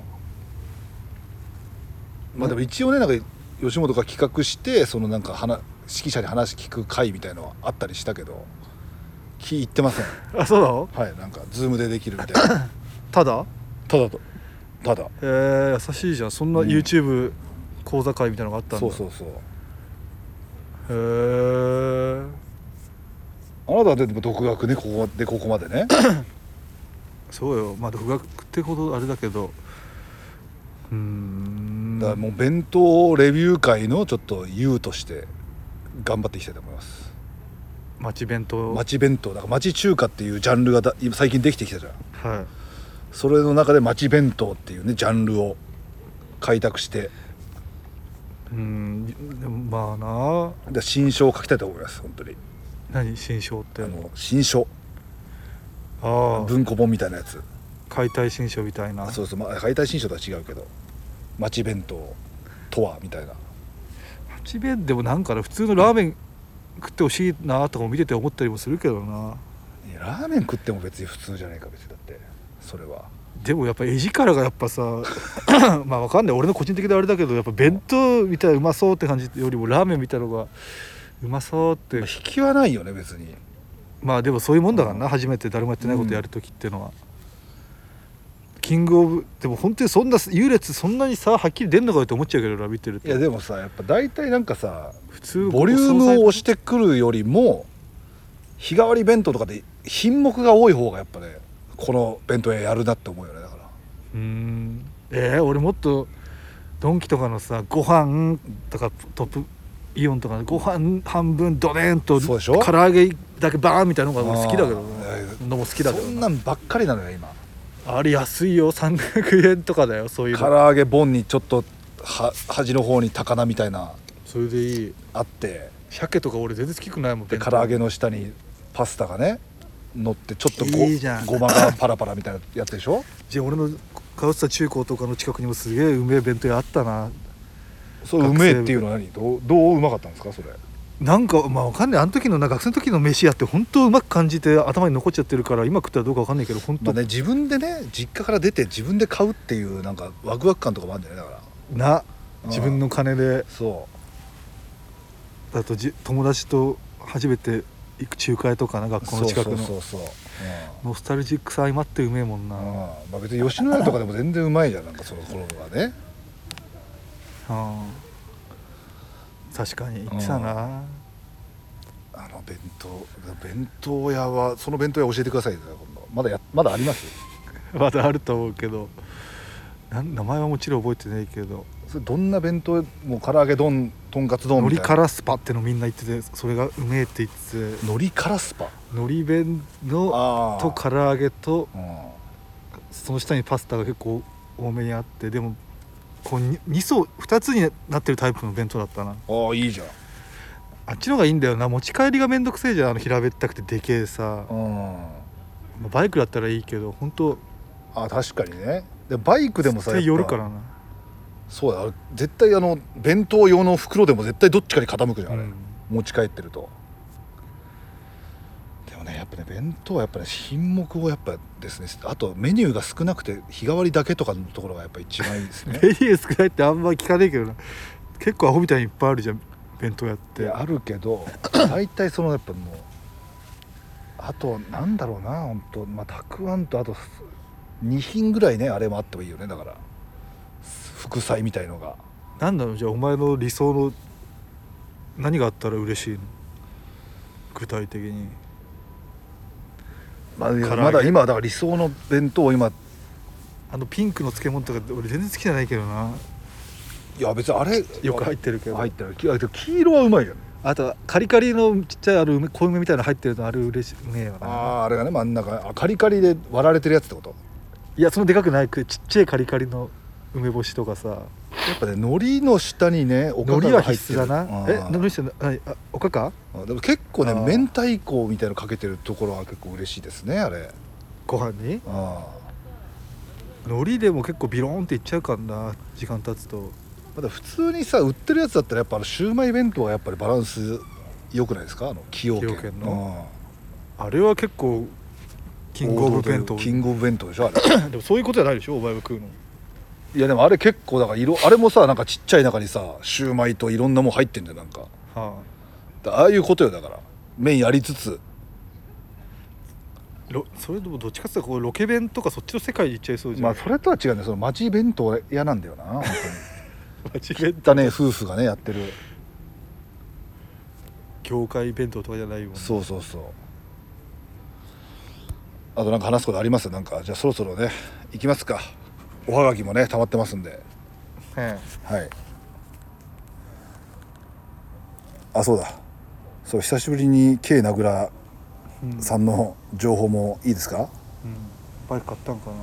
S1: まあでも一応ねなんか吉本が企画してそのなんか話指揮者に話聞く会みたいのはあったりしたけど気いってません。
S2: あそうなの。
S1: はいなんかズームでできるみたいな
S2: ただ
S1: ただとただ
S2: えー、優しいじゃん。そんな YouTube 講座会みたいなのがあったんだ、
S1: そうそうそう。
S2: へえ。
S1: あなたはでも独学ねここでここまでね
S2: そうよ。まあ独学ってほどあれだけどうーん
S1: だからもう弁当レビュー会のちょっと優として頑張っていきたいと思います。
S2: 町弁当
S1: 町弁当だから町中華っていうジャンルがだ最近できてきたじゃん。
S2: はい。
S1: それの中で町弁当っていうねジャンルを開拓して
S2: うんでもまあな
S1: で新書を書きたいと思います本当に。
S2: 何新書って。
S1: あの新書ああ文庫本みたいなやつ
S2: 解体新書みたいな。
S1: そうそう、まあ、解体新書とは違うけど町弁当とはみたいな。
S2: ち弁でもなんかな普通のラーメン食ってほしいなとかも見てて思ったりもするけどな。
S1: いやラーメン食っても別に普通じゃないか別にだってそれは。
S2: でもやっぱ絵力がやっぱさまあわかんない俺の個人的であれだけどやっぱ弁当みたいなうまそうって感じよりもラーメンみたいなのがうまそうって、
S1: まあ、引きはないよね別に。
S2: まあでもそういうもんだからな、うん、初めて誰もやってないことやるときっていうのは、うん、キングオブでも本当にそんな優劣そんなにさはっきり出んのかよって思っちゃうけどな見てると。
S1: いやでもさやっぱ大体なんかさ
S2: 普通
S1: ボリュームを押してくるよりも日替わり弁当とかで品目が多い方がやっぱねこの弁当屋やるなって思うよね。だから
S2: うーんえー、俺もっとドンキとかのさご飯とかトップイオンとかご飯半分ドデンと唐揚げだけバーンみたいなのが俺好きだけどのも好きだけど
S1: そんなんばっかりなのよ今。
S2: あれ安いよさんびゃくえんとかだよそういうの。
S1: 唐揚げボンにちょっとは端の方に高菜みたいな
S2: それでいい
S1: あって
S2: 鮭とか俺全然好きくないもん。
S1: で唐揚げの下にパスタがね乗ってちょっと ご,
S2: いいじゃん
S1: ごまがパラパラみたいなやつでしょ
S2: じゃあ俺の通ってた中高とかの近くにもすげえうめえ弁当屋あったな。
S1: そううめえっていうのは何どうどううまかったんですかそれ。
S2: なんかまあわかんないあの時のな学生の時の飯屋って本当うまく感じて頭に残っちゃってるから今食ったらどうかわかんないけど本当、
S1: まあね、自分でね実家から出て自分で買うっていうなんかワクワク感とかもあるんだよね。だから
S2: な自分の金で
S1: そう
S2: だとじ友達と初めて行く中華屋とかな学校の近くの
S1: そうそうそうそう、
S2: うん、ノスタルジックさ相まってうめえもんな、
S1: うんまあ、別に吉野家とかでも全然うまいじゃんなんかその頃はね
S2: あ確かに言ってたな、うん、
S1: あの弁当弁当屋はその弁当屋教えてくださいね今度。まだやまだあります
S2: まだあると思うけどなん名前はもちろん覚えてないけど
S1: それどんな弁当もう唐揚げ丼とんかつ丼みたいな
S2: 海苔からスパってのみんな言っててそれがうめえって言ってて
S1: 海苔からスパ
S2: 海苔弁のと唐揚げと、うん、その下にパスタが結構多めにあってでもこうに層ふたつになってるタイプの弁当だったな。
S1: ああいいじゃん。
S2: あっちの方がいいんだよな持ち帰りがめんどくせえじゃんあの平べったくてでけえさ、うん、バイクだったらいいけど本当
S1: あ確かにねでバイクでもさ
S2: 絶対寄るからな。
S1: そうだ絶対あの弁当用の袋でも絶対どっちかに傾くじゃん、うん、持ち帰ってると。でもねやっぱね弁当はやっぱね品目をやっぱですねあとメニューが少なくて日替わりだけとかのところがやっぱ一番いいですね
S2: メニュー少ないってあんま聞かねえけどな結構アホみたいにいっぱいあるじゃん弁当やって
S1: あるけど大体そのやっぱもうあとなんだろうな本当まあたくあんとあとに品ぐらいねあれもあってもいいよね。だから副菜みたいのが
S2: なんだろうじゃあお前の理想の何があったら嬉しいの具体的に。
S1: まあ、まだ今だから理想の弁当を今
S2: あのピンクの漬物とか俺全然好きじゃないけどな。
S1: いや別にあれ
S2: よく入ってるけど
S1: 入ってる黄色はうまいよね。
S2: あとカリカリのちっちゃいある小梅みたいなの入ってるのあれ嬉しいうめえよな。
S1: あああれがね真ん中あカリカリで割られてるやつってこと。
S2: いやそのでかくないくちっちゃいカリカリの梅干しとかさや
S1: っぱね海苔の下にね
S2: おかかが入ってる。海苔は必須だな。え海苔下のあおかか
S1: でも結構ね明太子みたいのかけてるところは結構嬉しいですねあれ
S2: ご飯に。あ海苔でも結構ビローンっていっちゃうからな時間経つと。
S1: まだ普通にさ売ってるやつだったらやっぱあのシウマイ弁当はやっぱりバランス良くないですかあの崎陽軒の、
S2: うん、あれは結構キングオブ弁当
S1: キングオブ弁当でしょあれで
S2: もそういうことじゃないでしょお前が食うの。
S1: いやでもあれ結構だから色あれもさなんかちっちゃい中にさシューマイといろんなもん入ってんだよなんか、はあ、ああいうことよだから麺やりつつ
S2: ロそれでもどっちかっていうとこうロケ弁とかそっちの世界に行っちゃいそうじゃん。
S1: まあそれとは違うねその町弁当屋なんだよな本当に
S2: 町弁
S1: 当ね夫婦がねやってる
S2: 業界弁当とかじゃないもん、ね、
S1: そうそうそう。あとなんか話すことありますなんかじゃあそろそろね行きますか。おはがきもね溜まってますんで、はい、あそうだそう久しぶりに K 名倉さんの情報もいいですか、うん、
S2: バイク買ったんかな。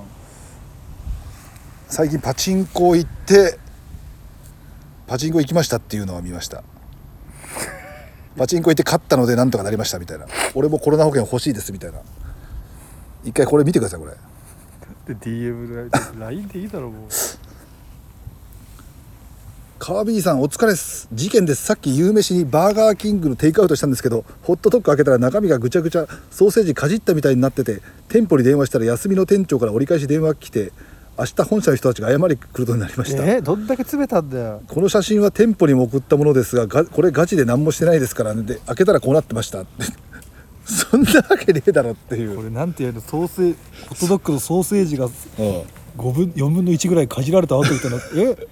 S1: 最近パチンコ行ってパチンコ行きましたっていうのは見ましたパチンコ行って勝ったのでなんとかなりましたみたいな俺もコロナ保険欲しいですみたいな一回これ見てくださいこれ
S2: で ディーエム で ライン でいいだろうもう
S1: 川 B さんお疲れです。事件です。さっき夕飯にバーガーキングのテイクアウトしたんですけど、ホットドッグ開けたら中身がぐちゃぐちゃ、ソーセージかじったみたいになってて、店舗に電話したら休みの店長から折り返し電話来て、明日本社の人たちが謝りに来ることになりました。
S3: えー、どんだけ詰めたんだよ。
S1: この写真は店舗にも送ったものですが、がこれガチで何もしてないですからね。で開けたらこうなってましたそんなわけねえだろっていう。
S3: これなんていうの、ソーセーホットドッグのソーセージが
S1: うん
S3: ごぶんよんぶんのいちぐらいかじられた後みたいなえ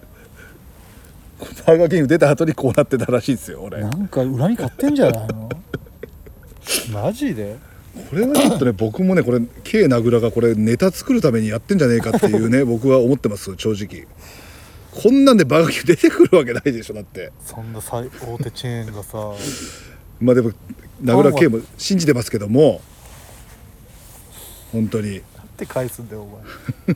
S1: バーガーキング出た後にこうなってたらしいですよ俺。
S3: なんか恨み買ってんじゃないのマジで。
S1: これはちょっとね僕もねこれ K 名倉がこれネタ作るためにやってんじゃねえかっていうね僕は思ってます正直。こんなんでバーガーキング出てくるわけないでしょだって。
S3: そんな最大手チェーンがさ
S1: まあでも名倉 K も信じてますけども本当に
S3: なんて返すんだよお前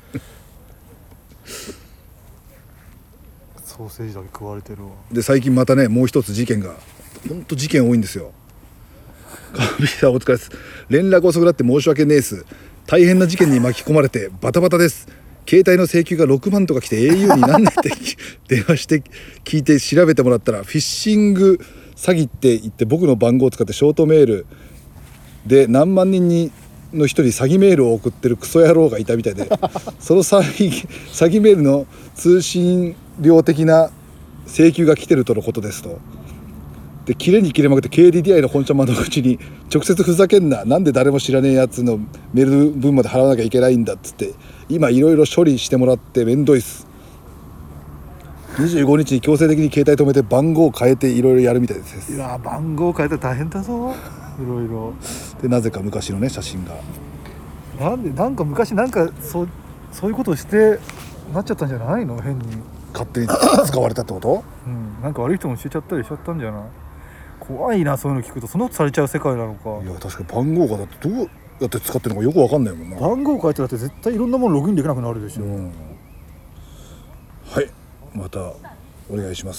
S3: ソーセージだけ食われてるわ。
S1: で最近またねもう一つ事件が本当事件多いんですよ。川辺さんお疲れです。連絡遅くなって申し訳ねえです。大変な事件に巻き込まれてバタバタです。携帯の請求がろくまんとか来て エーユー になんねって電話して聞いて調べてもらったらフィッシング詐欺って言って僕の番号を使ってショートメールで何万人にの一人詐欺メールを送ってるクソ野郎がいたみたいでその詐欺、詐欺メールの通信料的な請求が来てるとのことですと。で切れに切れまくって ケーディーディーアイ の本社窓口に直接ふざけんな、なんで誰も知らねえやつのメール分まで払わなきゃいけないんだっつって今いろいろ処理してもらってめんどいっす。にじゅうごにちに強制的に携帯止めて番号を変えていろいろやるみたいです。
S3: いや番号変えたら大変だぞいろいろ。
S1: でなぜか昔のね写真が
S3: なんでなんか昔なんかそうそういうことをしてなっちゃったんじゃないの変に。
S1: 勝手に使われたってこと？
S3: うんなんか悪い人も教えちゃったりしちゃったんじゃない。怖いなそういうの聞くと。そんなことされちゃう世界なのか。
S1: いや確かに番号がだってどうやって使ってるのかよくわかんないもんな。
S3: 番号変えたらって絶対いろんなものログインできなくなるでしょ、
S1: うん、はいまたお願いします。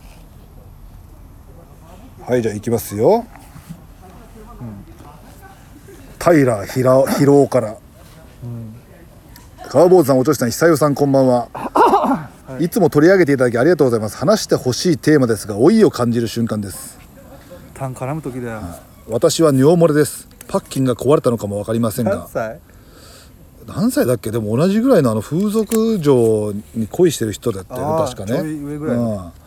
S1: はいじゃあ行きますよ、うん、平平広尾から、うん、川坊主さんおとしさん久代さんこんばんは、はい、いつも取り上げていただきありがとうございます。話してほしいテーマですが老いを感じる瞬間です。
S3: 単絡む時だよ、はい、
S1: 私は尿漏れです。パッキンが壊れたのかも分かりませんが
S3: 何歳
S1: 何歳だっけ。でも同じぐらいのあの風俗嬢に恋してる人だったよ確かね。
S3: ちょい上ぐらいの、
S1: うん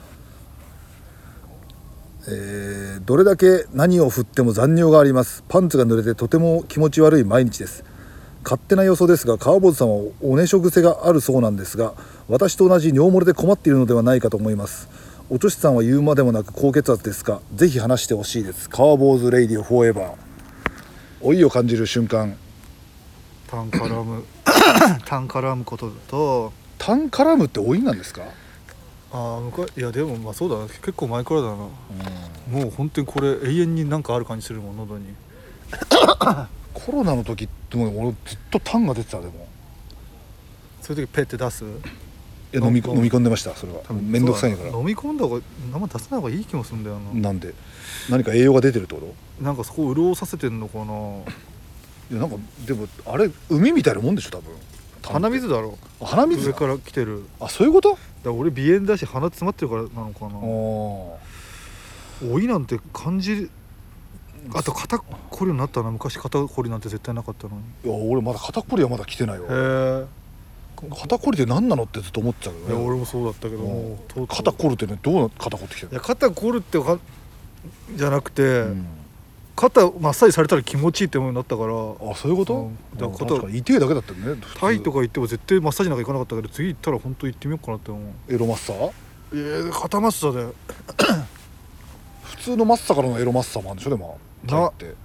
S1: えー、どれだけ何を振っても残尿があります。パンツが濡れてとても気持ち悪い毎日です。勝手な予想ですが川坊主さんはおねしょ癖があるそうなんですが私と同じ尿漏れで困っているのではないかと思います。おとしさんは言うまでもなく高血圧ですがぜひ話してほしいです。川坊主レイディオフォーエバー。老いを感じる瞬間。
S3: 単絡む単絡むことだと
S1: 単絡むって老いなんですか。
S3: ああいやでもまあそうだな結構前からだな、うん、もう本当にこれ永遠になんかある感じするもん喉に
S1: コロナの時っても俺ずっと痰が出てた。でも
S3: そういう時ペッて出す。い
S1: や飲み飲み込んでました。それはめんどくさいから
S3: 飲み込んだ方があんま出さない方がいい気もするんだよな。
S1: なんで何か栄養が出てるってこと。
S3: なんかそこを潤させてんのかな。
S1: いやなんかでもあれ海みたいなもんでしょ多分。
S3: 鼻水だろ。
S1: 鼻水
S3: 上から来てる。
S1: あそういうこと。だか
S3: ら俺鼻炎だし鼻詰まってるからなのかな。老いなんて感じ。あと肩こりになったな。昔肩こりなんて絶対なかったのに。
S1: いや俺まだ肩こりはまだ来てないわ。
S3: へえ。
S1: 肩こりって何なのってずっと思っちゃうよね。
S3: いや俺もそうだったけども
S1: う肩こるってねどう肩こってきてるの。
S3: いや肩こるってかじゃなくて、うん、肩マッサージされたら気持ちいいって思うようになったから。あ
S1: そういうこと。だから肩痛いだけだったよね。
S3: タイとか行っても絶対マッサージなんか行かなかったけど次行ったら本当行ってみようかなって思う。
S1: エロマッサー。
S3: いや肩マッサーで
S1: 普通のマッサからのエロマッサーもあるんでしょ。でもタイって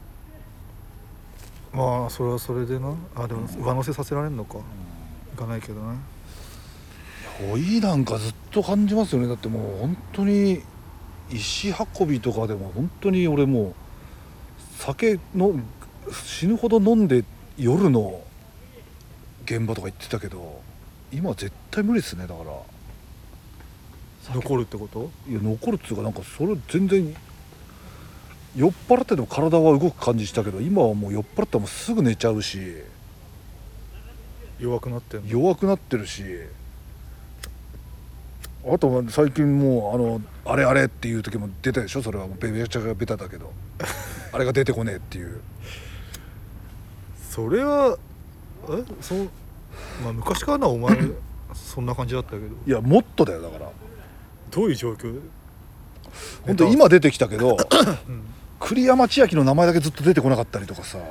S3: まあそれはそれでな。あでも上乗せさせられるのか、うん、行かないけどね。
S1: 老いなんかずっと感じますよね。だってもう本当に石運びとかでも本当に俺もう酒の死ぬほど飲んで夜の現場とか行ってたけど今絶対無理ですね。だから
S3: 残るってこと。
S1: いや残るっていうかなんかそれ全然酔っ払ってても体は動く感じしたけど今はもう酔っ払ったらもうすぐ寝ちゃうし
S3: 弱くなってんの。
S1: 弱くなってるしあとは最近もうあのあれあれっていう時も出たでしょ。それはもうめちゃくちゃベタだけどあれが出てこねえっていう。
S3: それはえそう、まあ、昔からなお前そんな感じだったけど、
S1: いやもっとだよ。だから
S3: どういう状況で
S1: 本当今出てきたけど
S3: うん
S1: 栗山千明の名前だけずっと出てこなかったりとかさ。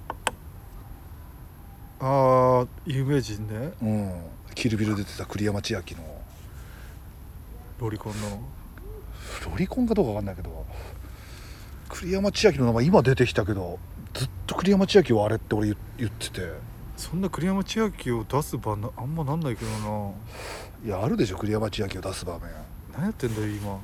S3: ああ有名人ね、
S1: うんキルビル出てた栗山千明の
S3: ロリコンの
S1: ロリコンかどうかわかんないけど栗山千明の名前今出てきたけどずっと栗山千明はあれって俺言言ってて。
S3: そんな栗山千明を出す場なあんまなんないけどな。
S1: いやあるでしょ栗山千明を出す場面。
S3: 何やってんだよ今。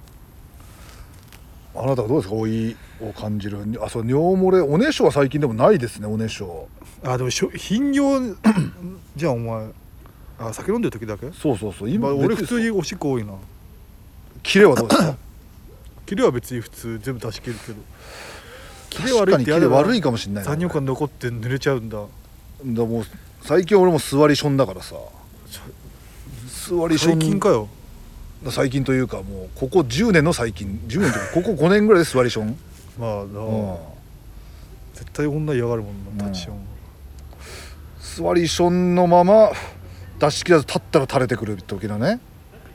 S1: あなたはどうですか老いを感じる。あそう尿漏れおねしょは最近でもないですね。おねしょ
S3: あでもしょ頻尿じゃあお前あ酒飲んでる時だけ。
S1: そうそうそう
S3: まあ、
S1: 今
S3: 俺普通におしっこ多いな。
S1: キレはどうですか。
S3: キレは別に普通全部出し切るけどキレ悪い
S1: 確かにキレ
S3: ってやだな。
S1: 悪いかもしれないな。
S3: 残尿感残って濡れちゃうんだ。
S1: だもう最近俺も座りションだからさ。座りション
S3: 最近かよ。
S1: 最近というかもうここじゅうねんの最近じゅうねんというかここごねんぐらいで座りション。
S3: まあな、
S1: うん
S3: 絶対女嫌がるもんなタッチション、
S1: 座りションのまま出し切らず立ったら垂れてくる時のね。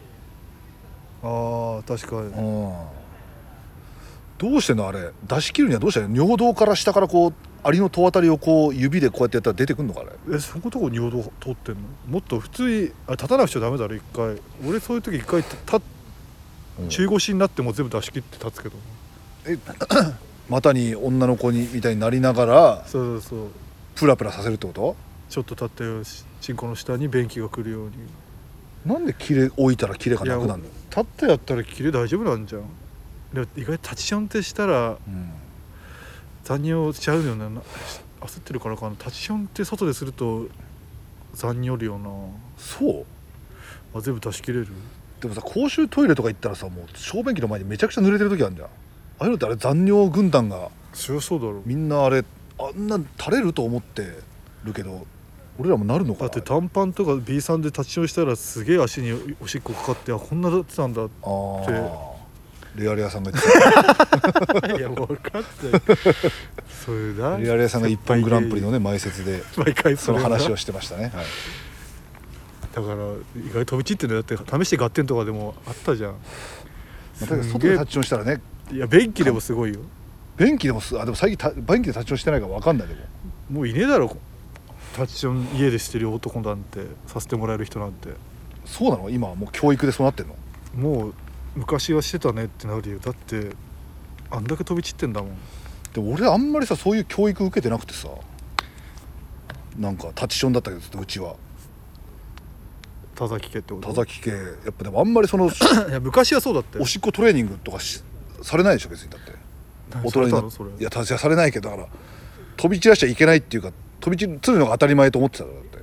S3: ああ確かに、
S1: うんどうしてんのあれ出し切るにはどうしてんの。尿道から下からこうアリの戸渡りをこう指でこうやってやったら出てくんのかあれ。
S3: えそことこ尿道通ってんの。もっと普通にあれ立たなくちゃダメだろ一回。俺そういう時一回立っ
S1: うん
S3: 中腰になっても全部出し切って立つけど。
S1: え股に女の子にみたいになりながら
S3: そうそうそう
S1: プラプラさせるってこと。
S3: ちょっと立ってよしチンコの下に便器が来るように。
S1: なんでキレ置いたらキレがなくなるの。
S3: 立ってやったらキレ大丈夫なんじゃん。でも意外とタッチションってしたら
S1: うん
S3: 残尿しちゃうよね。な焦ってるからかな。タッチションって外ですると残尿るよな。
S1: そう
S3: あ全部出し切れる。
S1: でもさ公衆トイレとか行ったらさもう小便器の前にめちゃくちゃ濡れてる時あるじゃん。ああいうのってあれ残尿軍団が
S3: そりゃそうだろ。
S1: みんなあれあんな垂れると思ってるけど俺らもなるのかな。
S3: だって短パンとか ビーさんで立ちションしたらすげえ足におしっこかかってあこんなだってたんだ。
S1: ああレアレアさんが言って
S3: いやもう分かってそういうな
S1: たレアレアさんが一本グランプリのね前説で
S3: 毎回
S1: その話を
S3: し
S1: してましたね、はい、
S3: だから意外と飛び散ってんだよ。だって試して合点とかでもあったじゃん。
S1: まあ、だけど
S3: すんげえ
S1: 外でタッチションしたらね
S3: いや便器でもすごいよ。
S1: 便器でもすあでも最近た便器でタッチションしてないから分かんないでも
S3: もういねえだろタッチション家でしてる男なんてさせてもらえる人なんて。
S1: そうなの今はもう教育でそうなってんの。
S3: もう昔はしてたねってなるよ。だってあんだけ飛び散ってんだもん。
S1: でも俺あんまりさそういう教育受けてなくてさなんかタッチションだったけどずっとうちは
S3: 田崎家ってこと。
S1: 田崎系やっぱでもあんまりその
S3: いや昔はそうだって。
S1: おしっこトレーニングとかしされないでしょ別に。だって
S3: 何
S1: 大人にな
S3: されたのそれ。
S1: いやたされないけどだから飛び散らしちゃいけないっていうか飛び散るのが当たり前と思ってたからだって。
S3: うん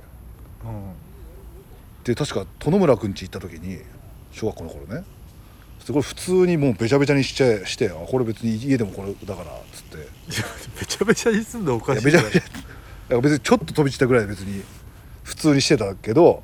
S1: で確か殿村くん家行った時に小学校の頃ねこれ普通にもうべちゃべちゃにしちゃしてあこれ別に家でもこれだからっつって
S3: いやべちゃべちゃにすんのおかしい
S1: いやべちゃべちゃだから別にちょっと飛び散ったぐらいで別に普通にしてたけど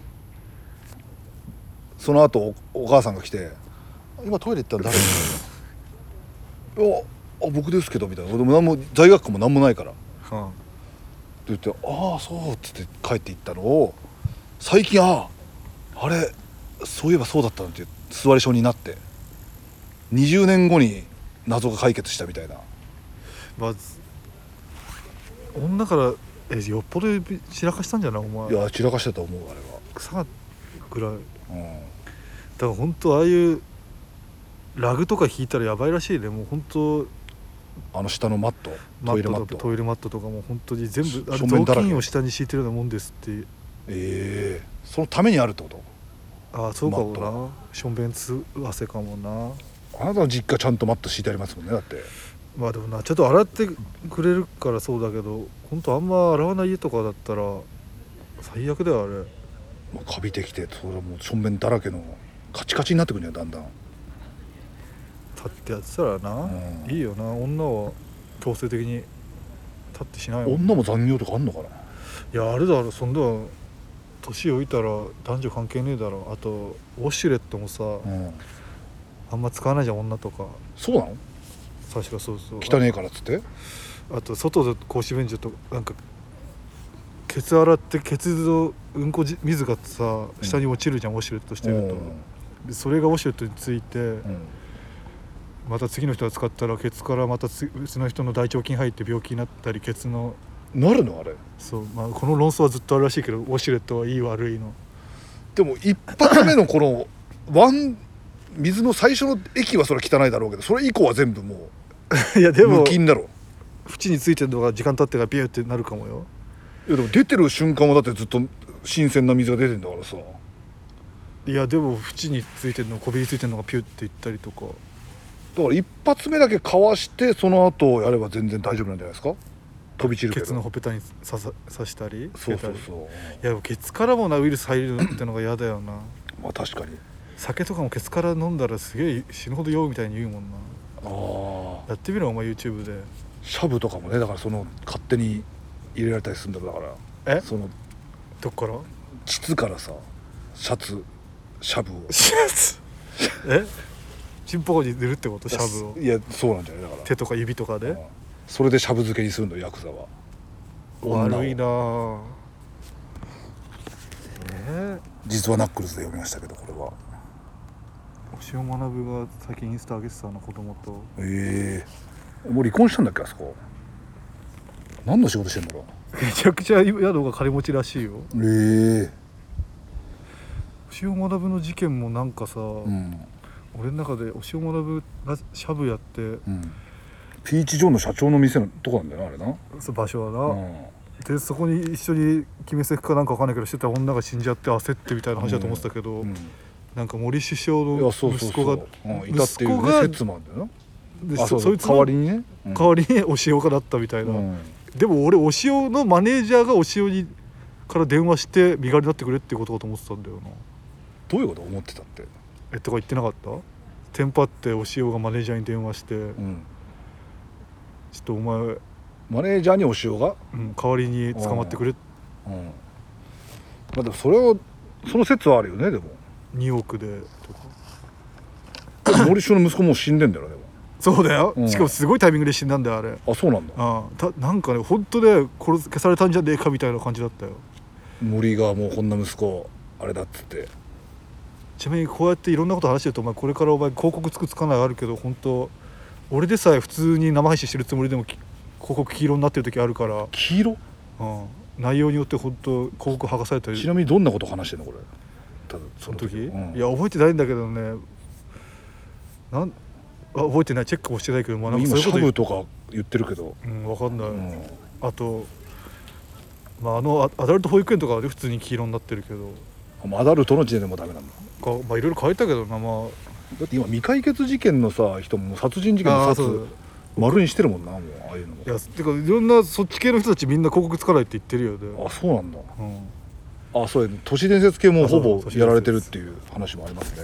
S1: その後 お, お母さんが来て「今トイレ行ったら誰?」みたいな「いやあ僕ですけど」みたいなでも何も在学科も何もないからって
S3: うん
S1: 言って「ああそう」っつって帰って行ったのを最近あああれそういえばそうだったなんて座り症になってにじゅうねんごに謎が解決したみたいな。
S3: まず女からえよっぽど散らかしたんじゃないお前。
S1: いや散らかしてたと思うあれは。
S3: 草ぐらいだ
S1: うん
S3: から本当ああいうラグとか引いたらやばいらしいね。もう本当
S1: あの下のマット
S3: マット
S1: トイレマット
S3: とかトイレマットとかも本当に全部あれ
S1: 正面だらけ
S3: 雑巾を下に敷いてるようなもんですって。
S1: ええそのためにあるってこと。
S3: ああそうかも
S1: マッ
S3: な。しょんべんつ汗かもな。
S1: あなたの実家ちゃんとマット敷いてありますもんねだって。
S3: まあでもなちょっと洗ってくれるからそうだけど本当あんま洗わない家とかだったら最悪だよあれ。
S1: もうカビてきてそれはもう正面だらけのカチカチになってくるんじゃんだんだん。
S3: 立ってやってたらな、
S1: うん
S3: いいよな。女は強制的に立ってしないもん。
S1: 女も残業とかあんのかな。
S3: いやあれだろそんな年老いたら男女関係ねえだろ。あとウォシュレットもさ、
S1: うん、
S3: あんま使わないじゃん女とか。
S1: そうなの？
S3: 確かそうそう。
S1: 汚ねえからっつって？
S3: あと外で公衆便所となんかケツ洗ってケツのうんこじ水がさ下に落ちるじゃん、ウォシュレットしてると、でそれがウォシュレットについて、
S1: うん、
S3: また次の人が使ったらケツからまた別の人の大腸菌入って病気になったり、ケツの
S1: なるのあれ？
S3: そう、まあ、この論争はずっとあるらしいけど、ウォシュレットはいい悪いの。
S1: でも一発目のこのワン水の最初の液はそれは汚いだろうけど、それ以降は全部も
S3: いやで
S1: う無
S3: も
S1: 菌だろ。
S3: 縁についてるのが時間経ってからビューってなるかもよ。
S1: いやでも出てる瞬間はだってずっと新鮮な水が出てんだからさ。
S3: いやでも縁についてるのこびりついてるのがピュっていったりとか。
S1: だから一発目だけかわしてその後やれば全然大丈夫なんじゃないですか。飛び散るけど
S3: ケツのほっぺたに刺さ刺したり
S1: そうそう
S3: つけたり。
S1: そう。
S3: いやでもケツからもなウイルス入るってのが嫌だよな。
S1: まあ確かに。
S3: 酒とかもケツから飲んだらすげえ死ぬほど酔うみたいに言うもんな。
S1: ああ。
S3: やってみろお前 YouTube で。
S1: シャブとかもね、だからその勝手に入れられたりするんだろう。だから
S3: え
S1: その
S3: どっから
S1: 膣からさシャツシャブを
S3: シャツえチンポコに塗るってこと？シャブを
S1: いやそうなんじゃないだから
S3: 手とか指とかで、
S1: うん、それでシャブ漬けにするのヤクザは。
S3: 悪いなぁ。え
S1: 実はナックルズで読みましたけど、これは
S3: ー、押尾学が最近インスタ上げてたの子供と。
S1: ええー、もう離婚したんだっけあそこ。何の仕事してんだろう。
S3: めちゃくちゃ宿が金持ちらしいよ。
S1: ええー、
S3: 押尾学の事件もなんかさ、
S1: うん、
S3: 俺の中で押尾学がシャブやって、
S1: うん、ピーチ・ジョンの社長の店のとこなんだよなあれな。
S3: そ場所はな、
S1: うん、
S3: でそこに一緒に決めセクかなんか分かんないけどしてた女が死んじゃって焦ってみたいな話だと思ってたけど、
S1: うんうん、
S3: なんか森首相の息子が
S1: いたっていうね説もあるんだよな。
S3: で
S1: あそう
S3: そいつの
S1: 代わりにね、うん、
S3: 代わりに押尾がだったみたいな、
S1: うん、
S3: でも俺押尾のマネージャーが押尾にから電話して身代わりになってくれってことかと思ってたんだよな。
S1: どういうこと思ってたって。
S3: えとか言ってなかった？テンパって押尾がマネージャーに電話して、うん、ちょっとお前
S1: マネージャーに押尾が、
S3: うん、代わりに捕まってくれ、
S1: うん、まあでもそれをその説はあるよね。でも
S3: におくでとか
S1: 森首の息子もう死んでんだよね。でも
S3: そうだよ、うん、しかもすごいタイミングで死んだんだよあれ。
S1: あそうなんだ。
S3: ああたなんかね本当で殺消されたんじゃねえかみたいな感じだったよ。
S1: 森がもうこんな息子あれだっつって。
S3: ちなみにこうやっていろんなこと話してるとお前これからお前広告つくつかないあるけど本当俺でさえ普通に生配信してるつもりでも広告黄色になってる時あるから。
S1: 黄色？
S3: うん、内容によって本当広告剥がされたり。
S1: ちなみにどんなこと話してんのこれ。ただ
S3: その時、
S1: うん、
S3: いや覚えてないんだけどね。なんあ覚えてないチェックもしてないけど、まあ、なんかそういうこと
S1: 今シャブとか言ってるけど、
S3: うん、分かんない、うん、あと、まあ、あのアダルト保育園とかで普通に黄色になってるけど。
S1: アダルトの時点でもダメなんだ
S3: か、まあ、いろいろ変えたけどな、まあ、
S1: だって今未解決事件のさ人も殺人事件の殺丸にしてるもんな。もうああいうのも。
S3: いやてかいろんなそっち系の人たちみんな広告つかないって言ってるよ。で
S1: あそうなんだ、
S3: うん、
S1: あそうや都市伝説系もほぼやられてるっていう話もありますね。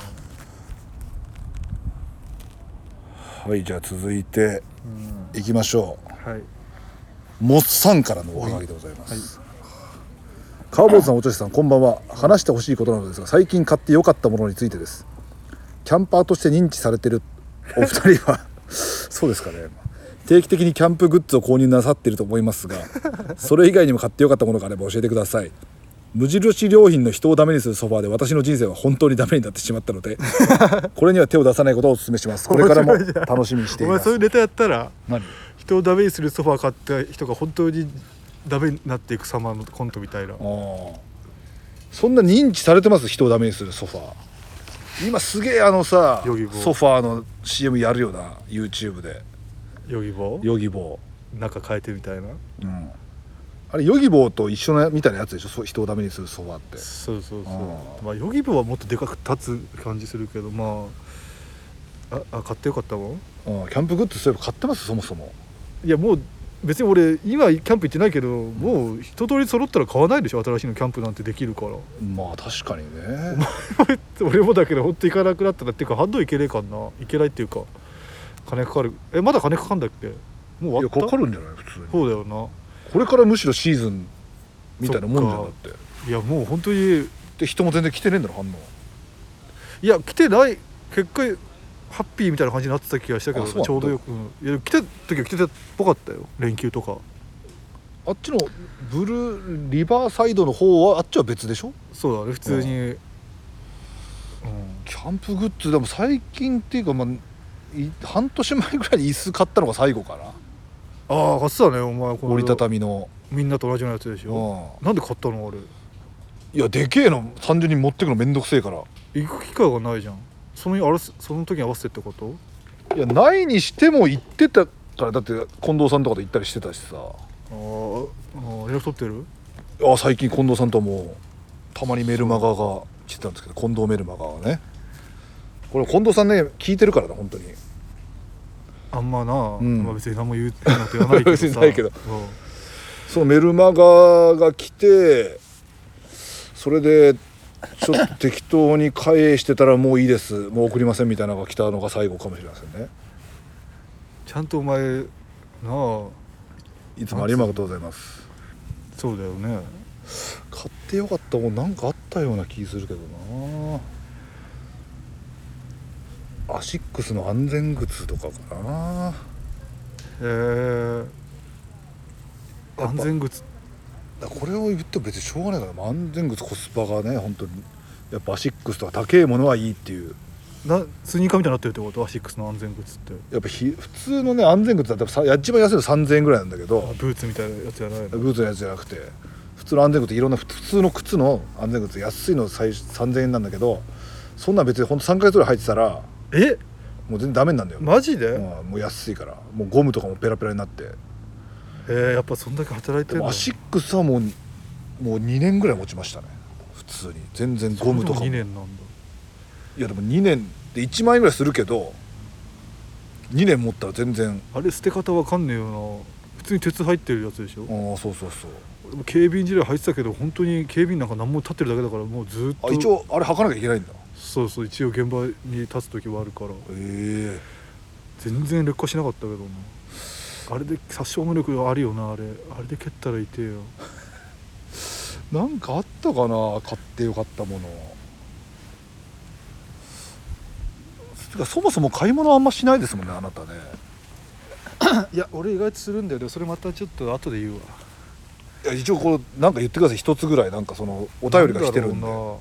S1: はいじゃあ続いていきましょう、はい、モッサンからのおはがきでございます、はい、川坊主さんおとしさんこんばんは。話してほしいことなのですが最近買って良かったものについてです。キャンパーとして認知されてるお二人はそうですかね、定期的にキャンプグッズを購入なさっていると思いますがそれ以外にも買って良かったものがあれば教えてください。無印良品の人をダメにするソファーで私の人生は本当にダメになってしまったのでこれには手を出さないことをお勧めします。これからも楽しみにしています。
S3: お前そういうネタやったら
S1: 何
S3: 人をダメにするソファー買った人が本当にダメになっていく様のコントみたいな。あ
S1: そんな認知されてます。人をダメにするソファー今すげえあのさソファーの シーエム やるよな YouTube で。
S3: ヨギボー
S1: ヨギボ
S3: ー中変えてみたいな、
S1: うん、あれヨギボーと一緒のみたいなやつでしょ人をダメにするソファーって。
S3: そうそうそう、まあ、ヨギボーはもっとでかく立つ感じするけどまあああ買ってよかったもん。
S1: あキャンプグッズそういえば買ってますそもそも。
S3: いやもう別に俺今キャンプ行ってないけど、うん、もう一通り揃ったら買わないでしょ。新しいのキャンプなんてできるから。ま
S1: あ確かにね
S3: 俺もだけど本当行かなくなったらっていうかハンド行けねえかんな。行けないっていうか金かかる。えまだ金かかんだっけ。もう終わった。
S1: いやかかるんじゃない普通に。
S3: そうだよな。
S1: これからむしろシーズンみたいなもんじゃなくて。
S3: いやもう本当に
S1: で人も全然来てねえんだろ反応。
S3: いや来てない結果ハッピーみたいな感じになってた気がしたけど
S1: あそうなんだ
S3: ちょうどよく、うん、いや来た時は来てたっぽかったよ連休とか。
S1: あっちのブルーリバーサイドの方はあっちは別でしょ。
S3: そうだね普通に、うん、
S1: キャンプグッズでも最近っていうか、まあ、い半年前ぐらいに椅子買ったのが最後かな。
S3: ああ買ってたねお前この
S1: 折りたたみの。
S3: みんなと同じようなやつでしょ、
S1: うん、
S3: なんで買ったのあれ。
S1: いやでけえの単純に持ってくのめんどくせえから。
S3: 行く機会がないじゃん。そのあれその時に合わせてってこと。
S1: いやないにしても行ってたからだって近藤さんとかと行ったりしてたしさ。
S3: あーあー連絡取ってる。
S1: あ最近近藤さんともたまにメルマガが来てたんですけど近藤メルマガがねこれ近藤さんね聞いてるからな本当に。
S3: あんまな、
S1: ん
S3: まあ、別に何も言う変なこと言わないけどさ
S1: 別にないけど
S3: うん
S1: そのメルマガが来てそれでちょっと適当に返してたらもういいですもう送りませんみたいなのが来たのが最後かもしれませんね。
S3: ちゃんとお前なあ
S1: いつもありがとうございます。
S3: そうだよね。
S1: 買ってよかったもんなんかあったような気するけどな。アシックスの安全靴とかかな。
S3: えー、
S1: やっぱ
S3: 安全靴
S1: だこれを言っても別にしょうがないから安全靴コスパがね本当にやっぱアシックスとか高いものはいいっていう。
S3: なスニーカーみたいになってるってことアシックスの安全靴って
S1: やっぱひ普通のね安全靴だったらさ一番安いのさんぜんえんぐらいなんだけ
S3: あ
S1: ど
S3: ブーツみたいなやつじゃないの。
S1: ブーツのやつじゃなくて普通の安全靴いろんな普通の靴の安全靴安いの最初さんぜんえんなんだけどそんなん別にほんとさんかげつぐらい履いてたら
S3: え
S1: もう全然ダメになるんだよ。
S3: マジで、
S1: うんもう安いからもうゴムとかもペラペラになって
S3: えー、やっぱそんだけ働いてるの。
S1: でもアシックスはもうもうにねんぐらい持ちましたね普通に全然ゴムとかも
S3: にねんなんだ。
S1: いやでもにねんでいちまんえんぐらいするけどにねん持ったら全然
S3: あれ捨て方わかんねえよな。普通に鉄入ってるやつでしょ。
S1: ああそうそうそう
S3: 俺も警備員時代入ってたけど本当に警備員なんか何も立ってるだけだからもうずっと
S1: あ一応あれ履かなきゃいけないんだ。
S3: そうそう一応現場に立つ時はあるから
S1: ええ
S3: 全然劣化しなかったけどな。あれで殺傷能力あるよなあれあれで蹴ったら痛えよ。
S1: なんかあったかな買ってよかったもの。てかそもそも買い物あんましないですもんねあなたね。
S3: いや俺意外とするんだよでもそれまたちょっと後で言うわ。
S1: いや一応こうなんか言ってください一つぐらいなんかそのお便りが来てるんで。
S3: なんだろ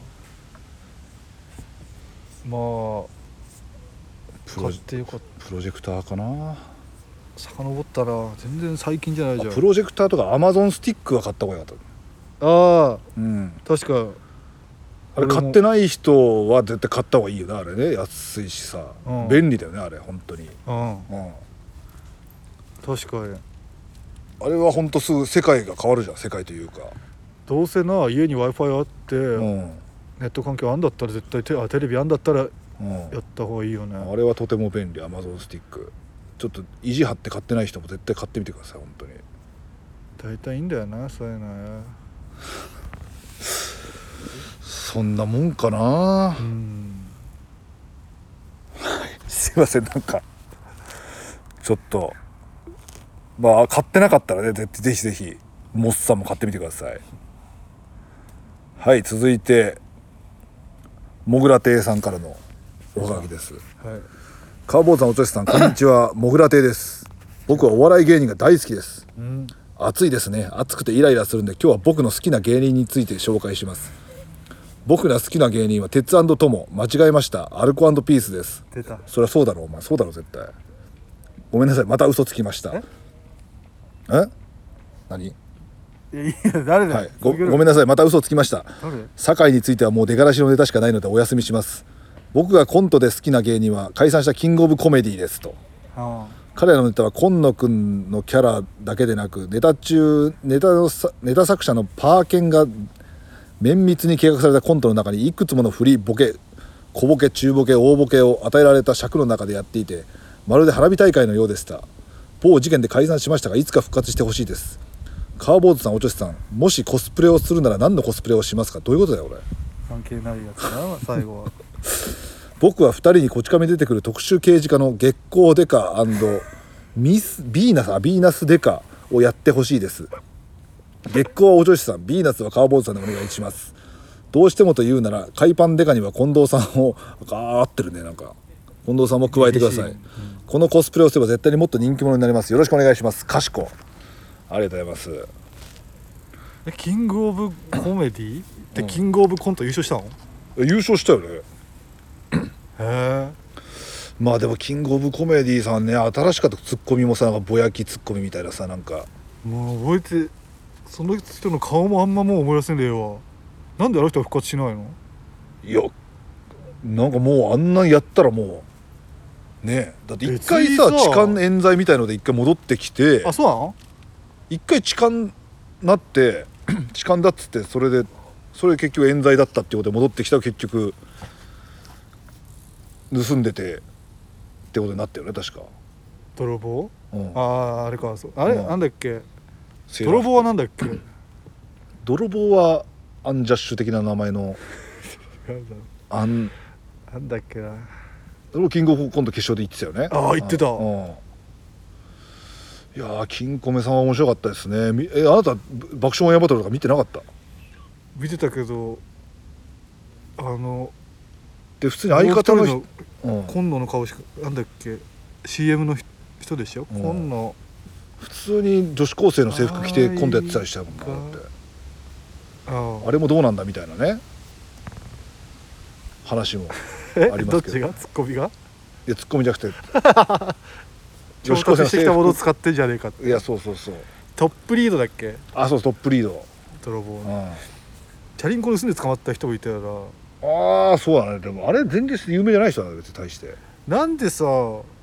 S3: うなまあ
S1: プロ
S3: 買ってよかった
S1: プロジェクターかな。
S3: 遡ったら全然最近じゃないじゃん。
S1: プロジェクターとかアマゾンスティックは買った方がよかった。
S3: ああ
S1: うん
S3: 確か
S1: あれ買ってない人は絶対買った方がいいよなあれね安いしさ、
S3: うん、
S1: 便利だよねあれ本当に、
S3: うん
S1: うん、
S3: 確かに
S1: あれは本当すぐ世界が変わるじゃん世界というか、
S3: どうせな家に Wi-Fi あって、
S1: うん
S3: ネット環境あんだったら絶対テあテレビあんだったら
S1: うん、
S3: やった方がいいよね。
S1: あれはとても便利アマゾンスティック。ちょっと意地張って買ってない人も絶対買ってみてください本当に。
S3: 大体いいんだよなそういうのね。
S1: そんなもんかな。
S3: うん
S1: すいませんなんかちょっとまあ買ってなかったらねぜぜひぜひモッサンも買ってみてください。はい続いてもぐら亭さんからのおはがきです。
S3: はい
S1: カーボーイさんおとしさんこんにちはもぐら亭です。僕はお笑い芸人が大好きです。
S3: うん
S1: 暑いですね暑くてイライラするんで今日は僕の好きな芸人について紹介します。僕が好きな芸人は鉄&トモ間違えましたアルコ&ピースです。
S3: 出た。
S1: そりゃそうだろお前そうだろ絶対。ごめんなさいまた嘘つきました。
S3: え
S1: え何
S3: いやいや誰だよ、
S1: はいごごめんなさいまた嘘つきました。
S3: 誰
S1: 酒井についてはもう出がらしのネタしかないのでお休みします。僕がコントで好きな芸人は解散したキングオブコメディですと。
S3: あ
S1: 彼らのネタは今野くんのキャラだけでなくネタ中ネタのさネタ作者のパーケンが綿密に計画されたコントの中にいくつもの振りボケ小ボケ中ボケ大ボケを与えられた尺の中でやっていてまるで花火大会のようでした。某事件で解散しましたがいつか復活してほしいです。カーボーズさんおちょしさんもしコスプレをするなら何のコスプレをしますか。どういうことだよ俺。
S3: 関係ないやつな最後は
S1: 僕はふたりにこち亀に出てくる特殊刑事課の月光デカミスビーナスあビーナスデカをやってほしいです。 月光お女子さん、ビーナスは川坊主さんでお願いします。どうしてもと言うなら海パンデカには近藤さんをあー合ってるね、なんか近藤さんも加えてください、うん、このコスプレをすれば絶対にもっと人気者になります。よろしくお願いします。かしこありがとうございます。
S3: えキングオブコメディってキングオブコント優勝したの？
S1: 優勝したよね。
S3: へえ。
S1: まあでもキングオブコメディさんね、新しかったツッコミもさ、なんかぼやきツッコミみたいなさ、なんか
S3: もう覚えて、その人の顔もあんまもう思い出せんでええわ。なんであの人は復活しないの？
S1: いやなんかもうあんなんやったらもうねえ、だって一回さ痴漢冤罪みたいので一回戻ってきて、
S3: あ、そうなの？一
S1: 回痴漢なって痴漢だっつって、それでそれ結局冤罪だったっていうことで戻ってきたら結局盗んでてってことになったよね、確か。
S3: 泥棒、
S1: うん、
S3: あああれか、そうあれ、うん、なんだっけ、泥棒はなんだっけ
S1: 泥棒はアンジャッシュ的な名前のアン
S3: なんだっけな、
S1: それキングオブコント決勝で言ってたよね。
S3: ああ言ってた。
S1: うん、いやー金庫目さんは面白かったですね。えあなた爆笑オンエアバトルとか見てなかった？
S3: 見てたけど、あの
S1: で普通に相方の人、
S3: 今野の顔しか、なんだっけ シーエム の人でしょ、うん、今野
S1: 普通に女子高生の制服着て今度やってたりしたもんな。だってああれもどうなんだみたいなね話もありますけど。
S3: どっちがツッコミが？
S1: いやツッコミじゃなくて
S3: 女子高生の制服してきたものを使ってんじゃねえかって。
S1: いやそうそうそう、
S3: トップリードだっけ？
S1: あそうトップリード
S3: 泥棒、うん、
S1: チ
S3: ャリンコ盗んで捕まった人もいたら、
S1: ああそうだね。でもあれ全然有名じゃない人だね、別に対して。
S3: なんでさ、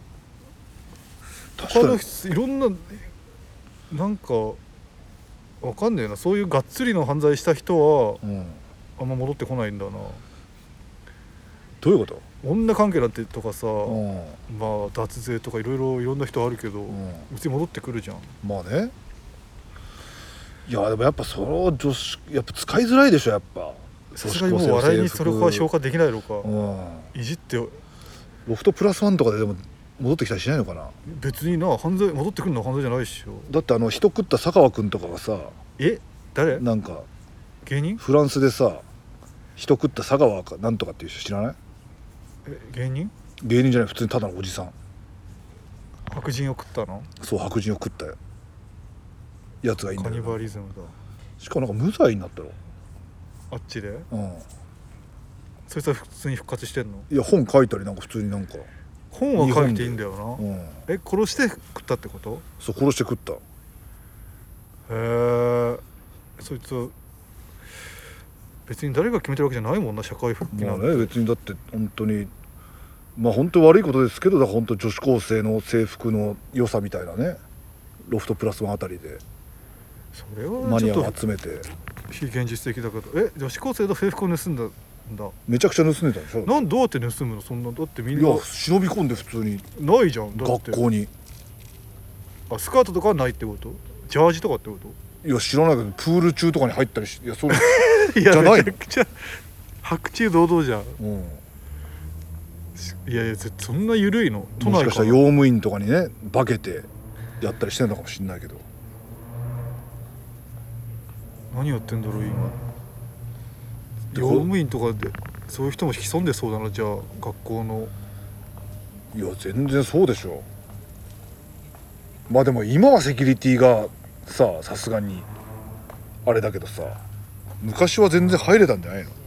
S1: 確かに
S3: いろんななんかわかんねえな、そういうがっつりの犯罪した人は、うん、あんま戻ってこないんだな。
S1: どういうこと？
S3: 女関係だってとかさ、うん、まあ脱税とかいろいろいろんな人あるけど、うん、別に戻ってくるじゃん。まあね。
S1: いやでもやっぱその女子やっぱ使いづらいでしょ、やっぱ。
S3: さすがにもう笑いにそれは消化できないのか、うん、いじってロ
S1: フトプラスワンとかででも戻ってきたりしないのかな。
S3: 別にな、犯罪戻ってくるのは犯罪じゃないでしょ。
S1: だってあの人食った佐川くんとかがさ、
S3: え誰？
S1: なんか
S3: 芸人？
S1: フランスでさ人食った佐川かなんとかっていう人知らない？
S3: え芸人？
S1: 芸人じゃない、普通にただのおじさん。
S3: 白人を食ったの？そう
S1: 白人を食ったやつがいいんだよ。
S3: カニバリズムだ。
S1: しかもなんか無罪になったろ
S3: あっちで。
S1: うん。
S3: そいつは普通に復活してんの？い
S1: や本書いたりなんか普通になんか
S3: 本は書いていいんだよな、うん、え殺して食ったってこと？
S1: そう殺して食った。へ
S3: え。そいつは別に誰が決めてるわけじゃないもんな、社会復帰なんて。
S1: まあね、別にだって本当にまあ本当悪いことですけど、だから本当女子高生の制服の良さみたいなね、ロフトプラスワンあたりで
S3: それは
S1: マニアを集めて
S3: 非現実的だけど、え女子高生の制服を盗んだんだ。
S1: めちゃくちゃ盗んでたでしょ。
S3: なんどうやって盗むの？そんなだってみんな。
S1: いや忍び込んで普通に。
S3: ないじゃんだって
S1: 学校に。
S3: あスカートとかはないってこと？ジャージとかってこと？
S1: いや知らないけどプール中とかに入ったりし、いやそれ
S3: いやじゃないの？めちゃくちゃ白昼堂々じゃん、うん、いやいやそんな緩いの？
S1: 都内かもしかしたら用務員とかにね化けてやったりしてんのかもしれないけど。
S3: 何やってんだろう今。用務員とかでそういう人も潜んでそうだな。じゃあ学校の。
S1: いや全然そうでしょ。まあでも今はセキュリティがささすがにあれだけどさ、昔は全然入れたんじゃないの？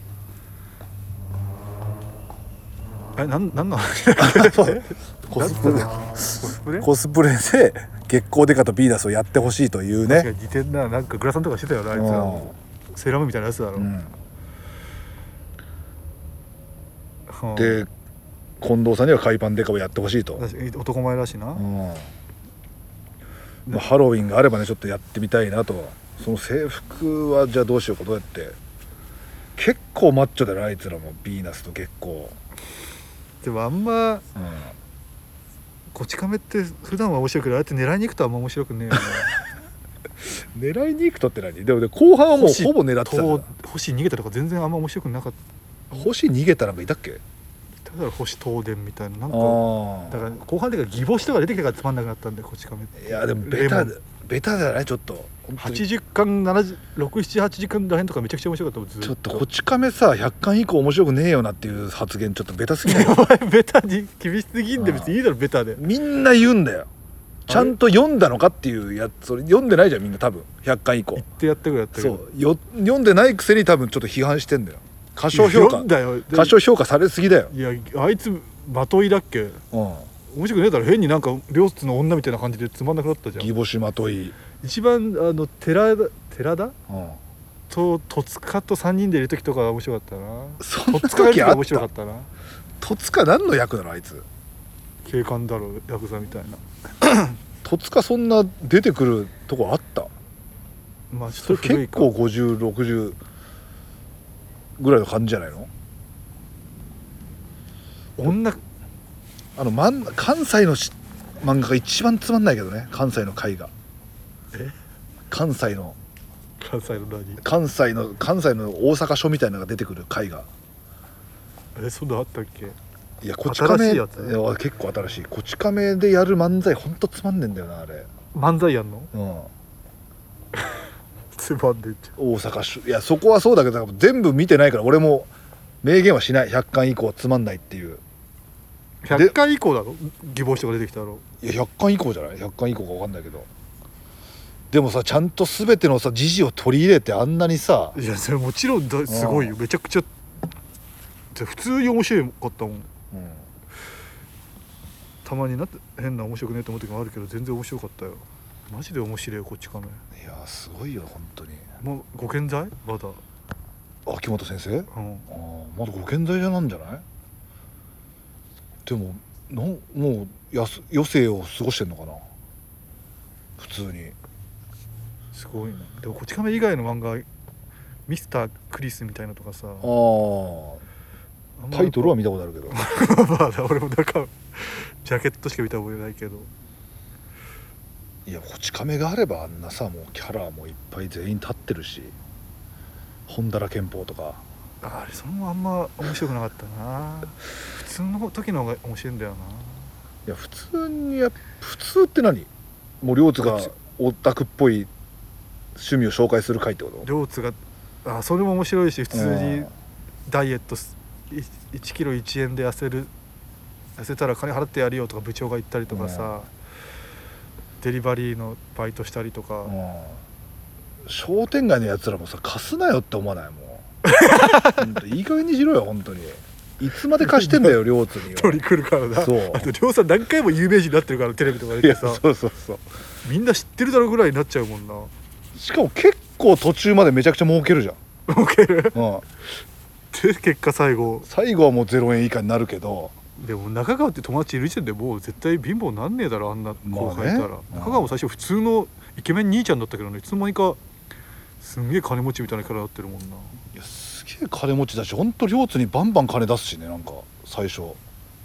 S3: えなんなんの話
S1: コスプレコスプレコスプレで月光デカとビーナスをやってほしいというね。
S3: 確かに似てんな。なんかグラサンとかしてたよなあいつら。セーラームーンみたいなやつだろ、うん、
S1: で近藤さんには海パンデカをやってほしいと。
S3: 男前らしいな、うん、
S1: まあ、ハロウィンがあればねちょっとやってみたいなと。その制服はじゃあどうしようか、どうやって。結構マッチョだよあいつらも、ビーナスと月光。
S3: でもあんま、うん、こち亀って普段は面白いけど、ああやって狙いに行くとあんま面白くねえよね
S1: 狙いに行くとって何でも、ね、後半はもうほぼ狙ってた。
S3: 星逃げたとか全然あんま面白くなかった。
S1: 星逃げたなんかいたっけ？
S3: だから星東電みたいな、なんかだから後半で義母子とか出てきたからつまんなくなったんで、こち亀って。
S1: いやでもベタベタじゃないちょっと本当に
S3: はちじかんななじゅうろく、なな、はちじかんらへんとかめちゃくちゃ面白かったもんずっと。
S1: ちょっとこち亀さひゃっかん以降面白くねえよなっていう発言ちょっとベタすぎない
S3: お前ベタに厳しすぎんで別にいいだろベタで。
S1: みんな言うんだよちゃんと読んだのかっていうやつそれ読んでないじゃんみんな多分ひゃっかん以降
S3: 言ってやってくれやってくれ。
S1: そうよ読んでないくせに多分ちょっと批判してんだよ過小評価
S3: 読んだよ。
S1: 過小評価されすぎだよ、
S3: いやあいつまといだっけ。
S1: うん、
S3: 面白くねえだろ変になんか両津の女みたいな感じでつまんなくなったじゃん。
S1: 義母しまとい、
S3: 一番あの寺田寺田
S1: うん、
S3: と戸塚とさんにんでいる時とか面白かったな。
S1: そんな
S3: 戸塚がいる時
S1: 時あっ
S3: 面白かったたな。
S1: 戸塚何の役なのあいつ
S3: 警官だろヤクザみたいな。
S1: 戸塚そんな出てくるとこあった
S3: まあち
S1: それ
S3: ょっと古いか。
S1: 結構ごじゅうろくじゅうぐらいの感じじゃないの
S3: 女
S1: あのまん関西のし漫画が一番つまんないけどね関西の絵画
S3: え
S1: 関西の
S3: 関西の何
S1: 関西の関西の大阪書みたいなのが出てくる絵画
S3: えそんなあったっけ。
S1: いやこち亀
S3: 新しいやつ
S1: いや結構新しいこち亀でやる漫才ほんとつまんねえんだよなあれ、
S3: 漫才やんの。
S1: うん、
S3: つまんでんじゃん。
S1: 大阪書いやそこはそうだけど全部見てないから俺も明言はしないひゃっかん以降つまんないっていう
S3: ひゃっかん以降だろ義母子とか出てきたろ。
S1: いやひゃっかん以降じゃないひゃっかん以降か分かんないけどでもさちゃんと全てのさ時事を取り入れてあんなにさ
S3: いやそれもちろんだすごいよめちゃくちゃで普通に面白かったもん。
S1: うん
S3: たまになって変な面白くねえと思う時もあるけど全然面白かったよ。マジで面白いよこっち亀。
S1: いやすごいよ本当に
S3: もうご健在まだ。
S1: 秋元先生
S3: うん
S1: あーまだご健在じゃなんじゃないでもなんもうやす余生を過ごしてんのかな普通に
S3: すごいな。でもこっち亀以外の漫画ミスタークリスみたいなとかさ
S1: あ
S3: あんま
S1: タイトルは見たことあるけど
S3: まあ俺もなんかジャケットしか見た覚えないけど。
S1: いやこち亀があればあんなさもうキャラもいっぱい全員立ってるし本棚憲法とか
S3: あれそれもあんま面白くなかったな。普通の時の方が面白いんだよな。
S1: いや普通にや普通って何もう両津がオタクっぽい趣味を紹介する回ってこと
S3: 両津があそれも面白いし普通にダイエットいちキロいちえんで痩せる痩せたら金払ってやるよとか部長が言ったりとかさ、デリバリーのバイトしたりとか、
S1: うん商店街のやつらもさ貸すなよって思わないもうほんといい加減にしろよ本当にいつまで貸してんだよ両津には
S3: 取り来るからな。
S1: そう
S3: あと亮さん何回も有名人になってるからテレビとか
S1: いや
S3: でさ
S1: そうそうそう
S3: みんな知ってるだろうぐらいになっちゃうもんな。
S1: しかも結構途中までめちゃくちゃ儲けるじゃん、
S3: ウケる
S1: うん、
S3: で結果最後
S1: 最後はもうゼロえん以下になるけど
S3: でも中川って友達いる時点でもう絶対貧乏なんねえだろあんな後輩いたら、
S1: まあね
S3: 中川も最初普通のイケメン兄ちゃんだったけどねいつの間にかすんげえ金持ちみたいなキャラになってるもんな。
S1: いやすげえ金持ちだしほんと両津にバンバン金出すしねなんか最初
S3: うん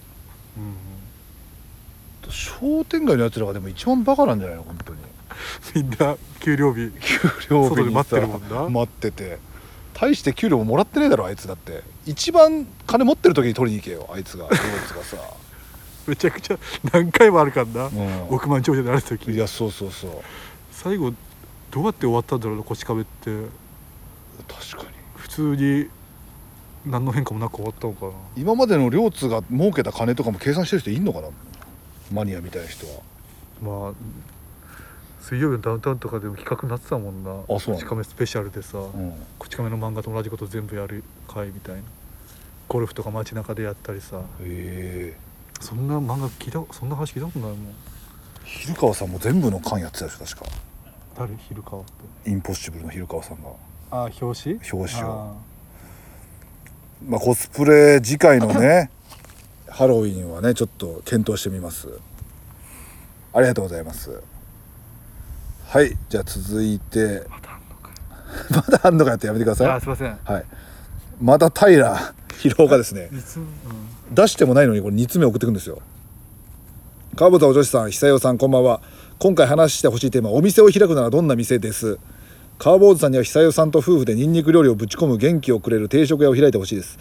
S1: 商店街のやつらがでも一番バカなんじゃないの本当に
S3: みんな給料日
S1: 給料日に
S3: 外で待って
S1: さ
S3: るもんな。
S1: 待ってて大して給料ももらってねえだろあいつだって一番金持ってる時に取りに行けよあいつが両津がさ、
S3: めちゃくちゃ何回もあるからな、
S1: うん
S3: 億万長者になる時
S1: いやそうそうそう
S3: 最後どうやって終わったんだろうなこち亀って
S1: 確かに
S3: 普通に何の変化もなく終わったのかな。
S1: 今までの両津が儲けた金とかも計算してる人いんのかなマニアみたいな人は
S3: まあ水曜日のダウンタウンとかでも企画になってたもんな。
S1: あそうなの
S3: こち亀スペシャルでさ、
S1: うん
S3: こち亀の漫画と同じこと全部やる会みたいなゴルフとか街中でやったりさ
S1: へえ
S3: そんな漫画聞いたそんな話聞いたことないもん。
S1: 昼川さんも全部の巻やってたでしょ確か
S3: 誰昼川って
S1: インポッシブルの昼川さんが
S3: ああ表紙
S1: 表紙を
S3: あ
S1: まあコスプレ次回のねハロウィンはねちょっと検討してみますありがとうございますはいじゃあ続いて
S3: またあんのか
S1: まだあんのかやってやめてください
S3: あすいません
S1: はいまた平広岡ですね
S3: いつ、うん、
S1: 出してもないのにこれにつめ送ってくんですよ。川端お女子さん久代さんこんばんは。今回話してほしいテーマお店を開くならどんな店です。川坊主さんには久代さんと夫婦でニンニク料理をぶち込む元気をくれる定食屋を開いてほしいです。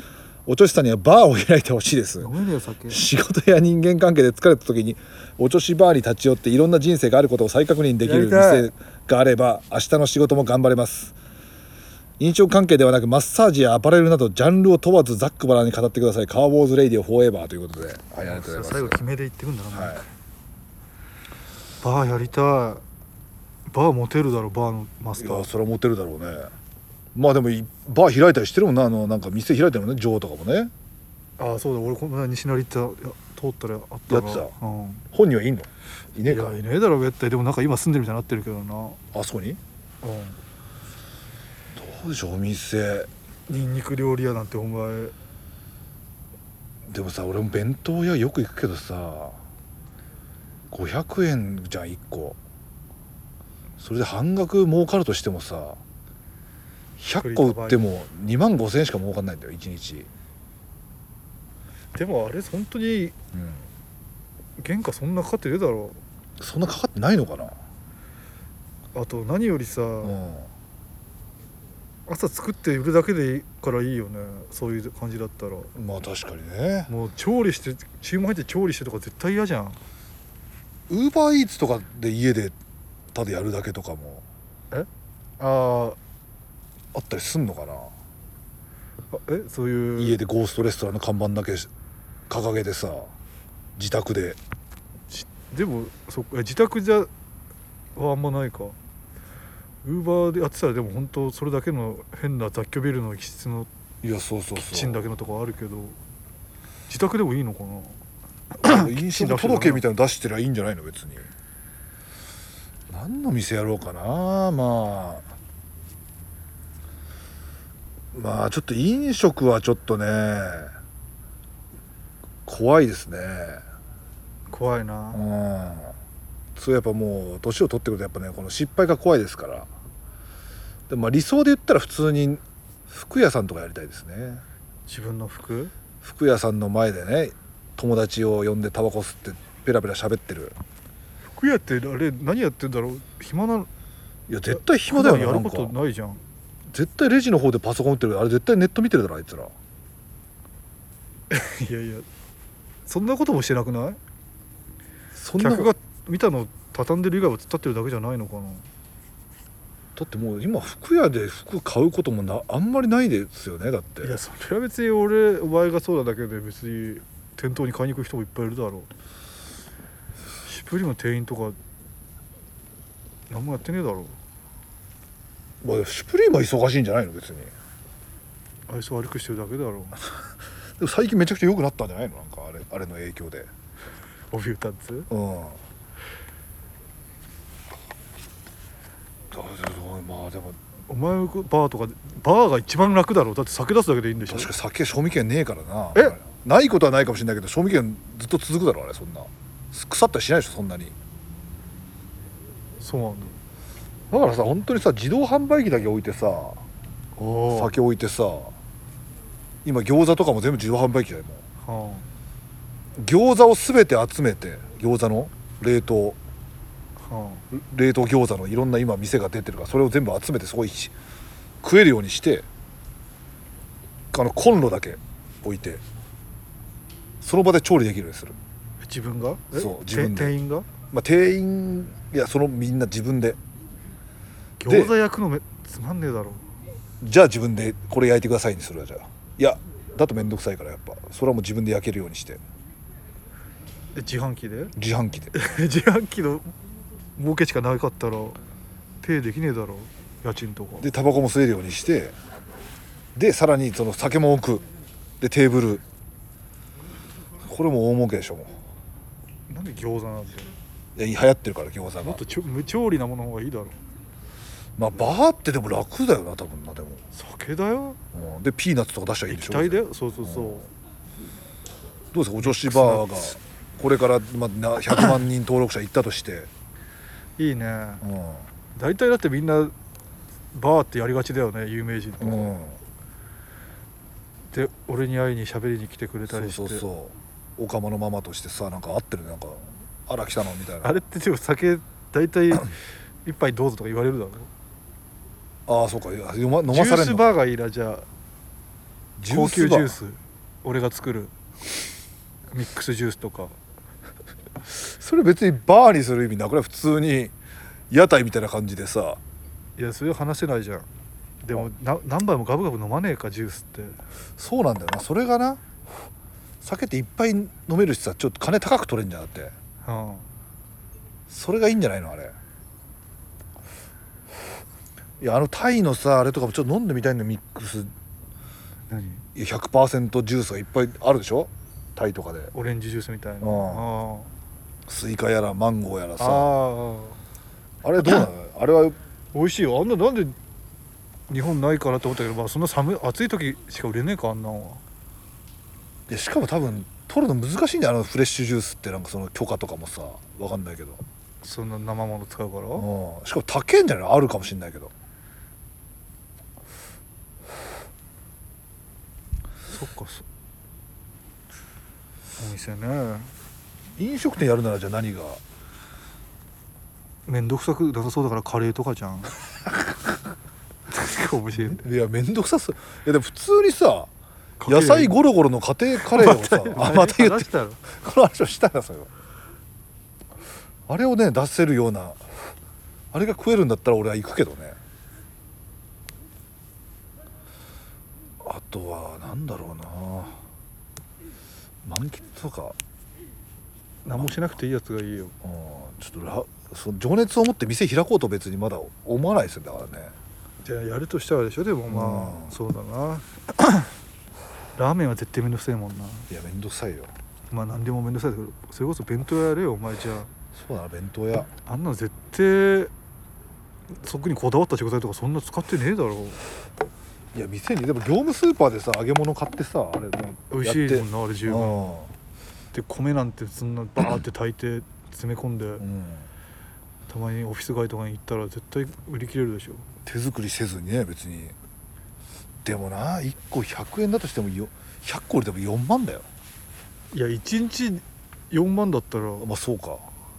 S1: おちょしさんにはバーを開いてほしいです。
S3: 飲めねえよ酒。
S1: 仕事や人間関係で疲れた時におちょしバーに立ち寄っていろんな人生があることを再確認できる
S3: やりたい
S1: 店があれば明日の仕事も頑張れます。飲食関係ではなくマッサージやアパレルなどジャンルを問わずざっくばらんに語ってください。カーボーズレイディオフォーエバーということで、はい、ありがとうございます。
S3: 最後決めで言ってくんだな、
S1: はい、
S3: バーやりたい。バーモテるだろバーのマスター。
S1: いやそれはモテるだろうね。まあでもいバー開いたりしてるもんな。あのなんか店開いてるもんね、ジョーとかもね。
S3: ああそうだ、俺この間西成行ったや通ったらあったな。
S1: やってた、
S3: うん、
S1: 本人はいんのいねえ
S3: い
S1: か。
S3: やいねえだろ絶対。でもなんか今住んでるみたいになってるけどな。
S1: あそこに
S3: うん、
S1: どうでしょうお店。
S3: ニンニク料理屋なんてお前。
S1: でもさ俺も弁当屋よく行くけどさごひゃくえんじゃんいっこ。それで半額儲かるとしてもさひゃっこ売ってもにまんごせんえんしか儲かんないんだよいちにち。
S3: でもあれ本当に
S1: うん
S3: 原価そんなかかってるだろ
S1: そんなかかってないのかな。
S3: う。あと何よりさ、
S1: うん
S3: 朝作って売るだけでいいからいいよね。そういう感じだったら。
S1: まあ確かにね。
S3: もう調理して注文入って調理してとか絶対嫌じゃん。
S1: ウーバーイーツとかで家でただやるだけとかも
S3: あ
S1: あったりすんのかな。
S3: あえそういう
S1: 家でゴーストレストランの看板だけ掲げてさ自宅で。
S3: でもそっか自宅じゃはあんまないか。ウーバーでやってたらでも本当それだけの変な雑居ビルの一室の
S1: いやそうそう
S3: キッチ
S1: そう
S3: ンだけのとこあるけど自宅でもいいのかな。
S1: 飲食届みたいなの出してりゃいいんじゃないの別に。何の店やろうかな。まあまあちょっと飲食はちょっとね怖いですね。
S3: 怖いな。
S1: うんそうやっぱもう年を取ってくるとやっぱねこの失敗が怖いですから。でもまあ理想で言ったら普通に服屋さんとかやりたいですね。
S3: 自分の服
S1: 服屋さんの前でね友達を呼んでタバコ吸ってペラペラ喋ってる。
S3: 服屋ってあれ何やってんだろう。暇な。
S1: いや絶対暇だよな。
S3: やること
S1: なんか
S3: ないじゃん。
S1: 絶対レジの方でパソコン打ってるけどあれ絶対ネット見てるだろあいつら。
S3: いやいやそんなこともしてなくない。
S1: そんな
S3: 客が見たの畳んでる以外は突っ立ってるだけじゃないのかな。
S1: だってもう今服屋で服買うこともなあんまりないですよね。だって
S3: いやそれは別に俺お前がそうなだけで別に店頭に買いに行く人もいっぱいいるだろう。シュプリームの店員とか何もやってねえだろう。
S1: まあ、シュプリームは忙しいんじゃないの別に。
S3: 愛想悪くしてるだけだろう。
S1: でも最近めちゃくちゃ良くなったんじゃないのなんかあれあれの影響で。
S3: オビュータンツ
S1: うんだまあでも
S3: お前バーとかでバーが一番楽だろう。だって酒出すだけでいいんでしょ。
S1: 確か酒賞味期限ねえからな。
S3: え
S1: ないことはないかもしれないけど賞味期限ずっと続くだろあれ。そんな腐ったりしないでしょそんなに。
S3: そうなんだ。
S1: だからさ本当にさ自動販売機だけ置いてさ
S3: お
S1: 酒置いてさ今餃子とかも全部自動販売機だよもう。
S3: は
S1: 餃子を全て集めて餃子の冷凍
S3: あは
S1: 冷凍餃子のいろんな今店が出てるからそれを全部集めてそこに食えるようにしてあのコンロだけ置いてその場で調理できるようにする。
S3: あ自分がえ
S1: そう自分で
S3: て店員が
S1: まあ店員いやそのみんな自分で
S3: 餃子焼くのめつまんねえだろ。
S1: じゃあ自分でこれ焼いてくださいにするわ。じゃあいやだと面倒くさいからやっぱそれはもう自分で焼けるようにして
S3: え自販機で
S1: 自販機で
S3: 自販機の儲けしかなかったらペイできねえだろ家賃とか
S1: でタバコも吸えるようにしてでさらにその酒も置くでテーブルこれも大儲けでしょも
S3: なんで餃子なんだよ。
S1: ういや流行ってるから餃子が
S3: もっとちょ無調理なものの方がいいだろ。
S1: まあバーってでも楽だよな多分なでも、
S3: 酒だよ。
S1: うん、でピーナッツとか出したらいいでしょ。
S3: 液体だよ。そうそうそう、
S1: どうですかお女子バーがこれからまあひゃくまんにん登録者いったとして
S3: いいね。
S1: うん
S3: 大体だってみんなバーってやりがちだよね有名人と、
S1: うん
S3: で俺に会いに喋りに来てくれたりして。
S1: そうそうそうおかまのママとしてさなんか合ってるねなんかあら来たのみたいな。
S3: あれってでも酒大体一杯どうぞとか言われるだろ。
S1: ああそうかいや飲ま飲ま
S3: ジュー
S1: されんの
S3: スバーがいいな。じゃあ高級ジュース俺が作るミックスジュースとか。
S1: それ別にバーにする意味なくない？普通に屋台みたいな感じでさ。
S3: いやそれ話せないじゃん。でもな何杯もガブガブ飲まねえかジュースって。
S1: そうなんだよな。それがな、酒っていっぱい飲めるしさ、ちょっと金高く取れんじゃん。だって
S3: うん
S1: それがいいんじゃないのあれ。いやあのタイのさあれとかもちょっと飲んでみたいの。ミックス
S3: 何
S1: いや ひゃくパーセント ジュースがいっぱいあるでしょ、タイとかで。
S3: オレンジジュースみたいな。
S1: うん
S3: あ
S1: スイカやらマンゴーやら
S3: あ
S1: さ、
S3: あ
S1: あれどうなのあれは。
S3: 美味しいよ。あんななんで日本ないかなって思ったけど、まあそんな寒い暑い時しか売れねえかあんなんは。
S1: いやしかも多分取るの難しいんだよあのフレッシュジュースって。なんかその許可とかもさわかんないけど、
S3: そんな生もの使うから。
S1: うん、しかも高えんじゃないの。あるかもしんないけど。
S3: そっかそお店ね。
S1: 飲食店やるならじゃあ何が。
S3: めんどくさくなさそうだからカレーとかじゃん。かもしれない。
S1: いやめんどくさそう。いやでも普通にさ
S3: かける
S1: 野菜ゴロゴロの家庭カレーをさあまた言って
S3: 話したろ。
S1: この話をしたらそれはあれをね出せるようなあれが食えるんだったら俺は行くけどね。あとはなんだろうな、満喫とか、
S3: 何もしなくていいやつがいいよ。
S1: うん、ちょっとラその情熱を持って店開こうと別にまだ思わないですよだからね。
S3: じゃあやるとしたらでしょ。でもまあ、
S1: うん
S3: そうだな。ラーメンは絶対めんどくせえもんな。
S1: いやめんどくさいよ。
S3: まあ何でもめんどくさいだけど、それこそ弁当屋やれよお前。じゃ
S1: そうだな弁当屋。
S3: ああんなの絶対そこにこだわった食材とかそんな使ってねえだろ。
S1: いや店にでも業務スーパーでさ揚げ物買ってさあれ
S3: 美味しいもん
S1: な。
S3: なあれ十分。で米なんてそんなバーって炊いて詰め込んで、
S1: うん、うん、
S3: たまにオフィス街とかに行ったら絶対売り切れるでしょ。
S1: 手作りせずにね別に。でもないっこひゃくえんだとしてもよひゃっこ売れてもよんまんだよ。
S3: いやいちにちよんまんだったら
S1: まあそうか。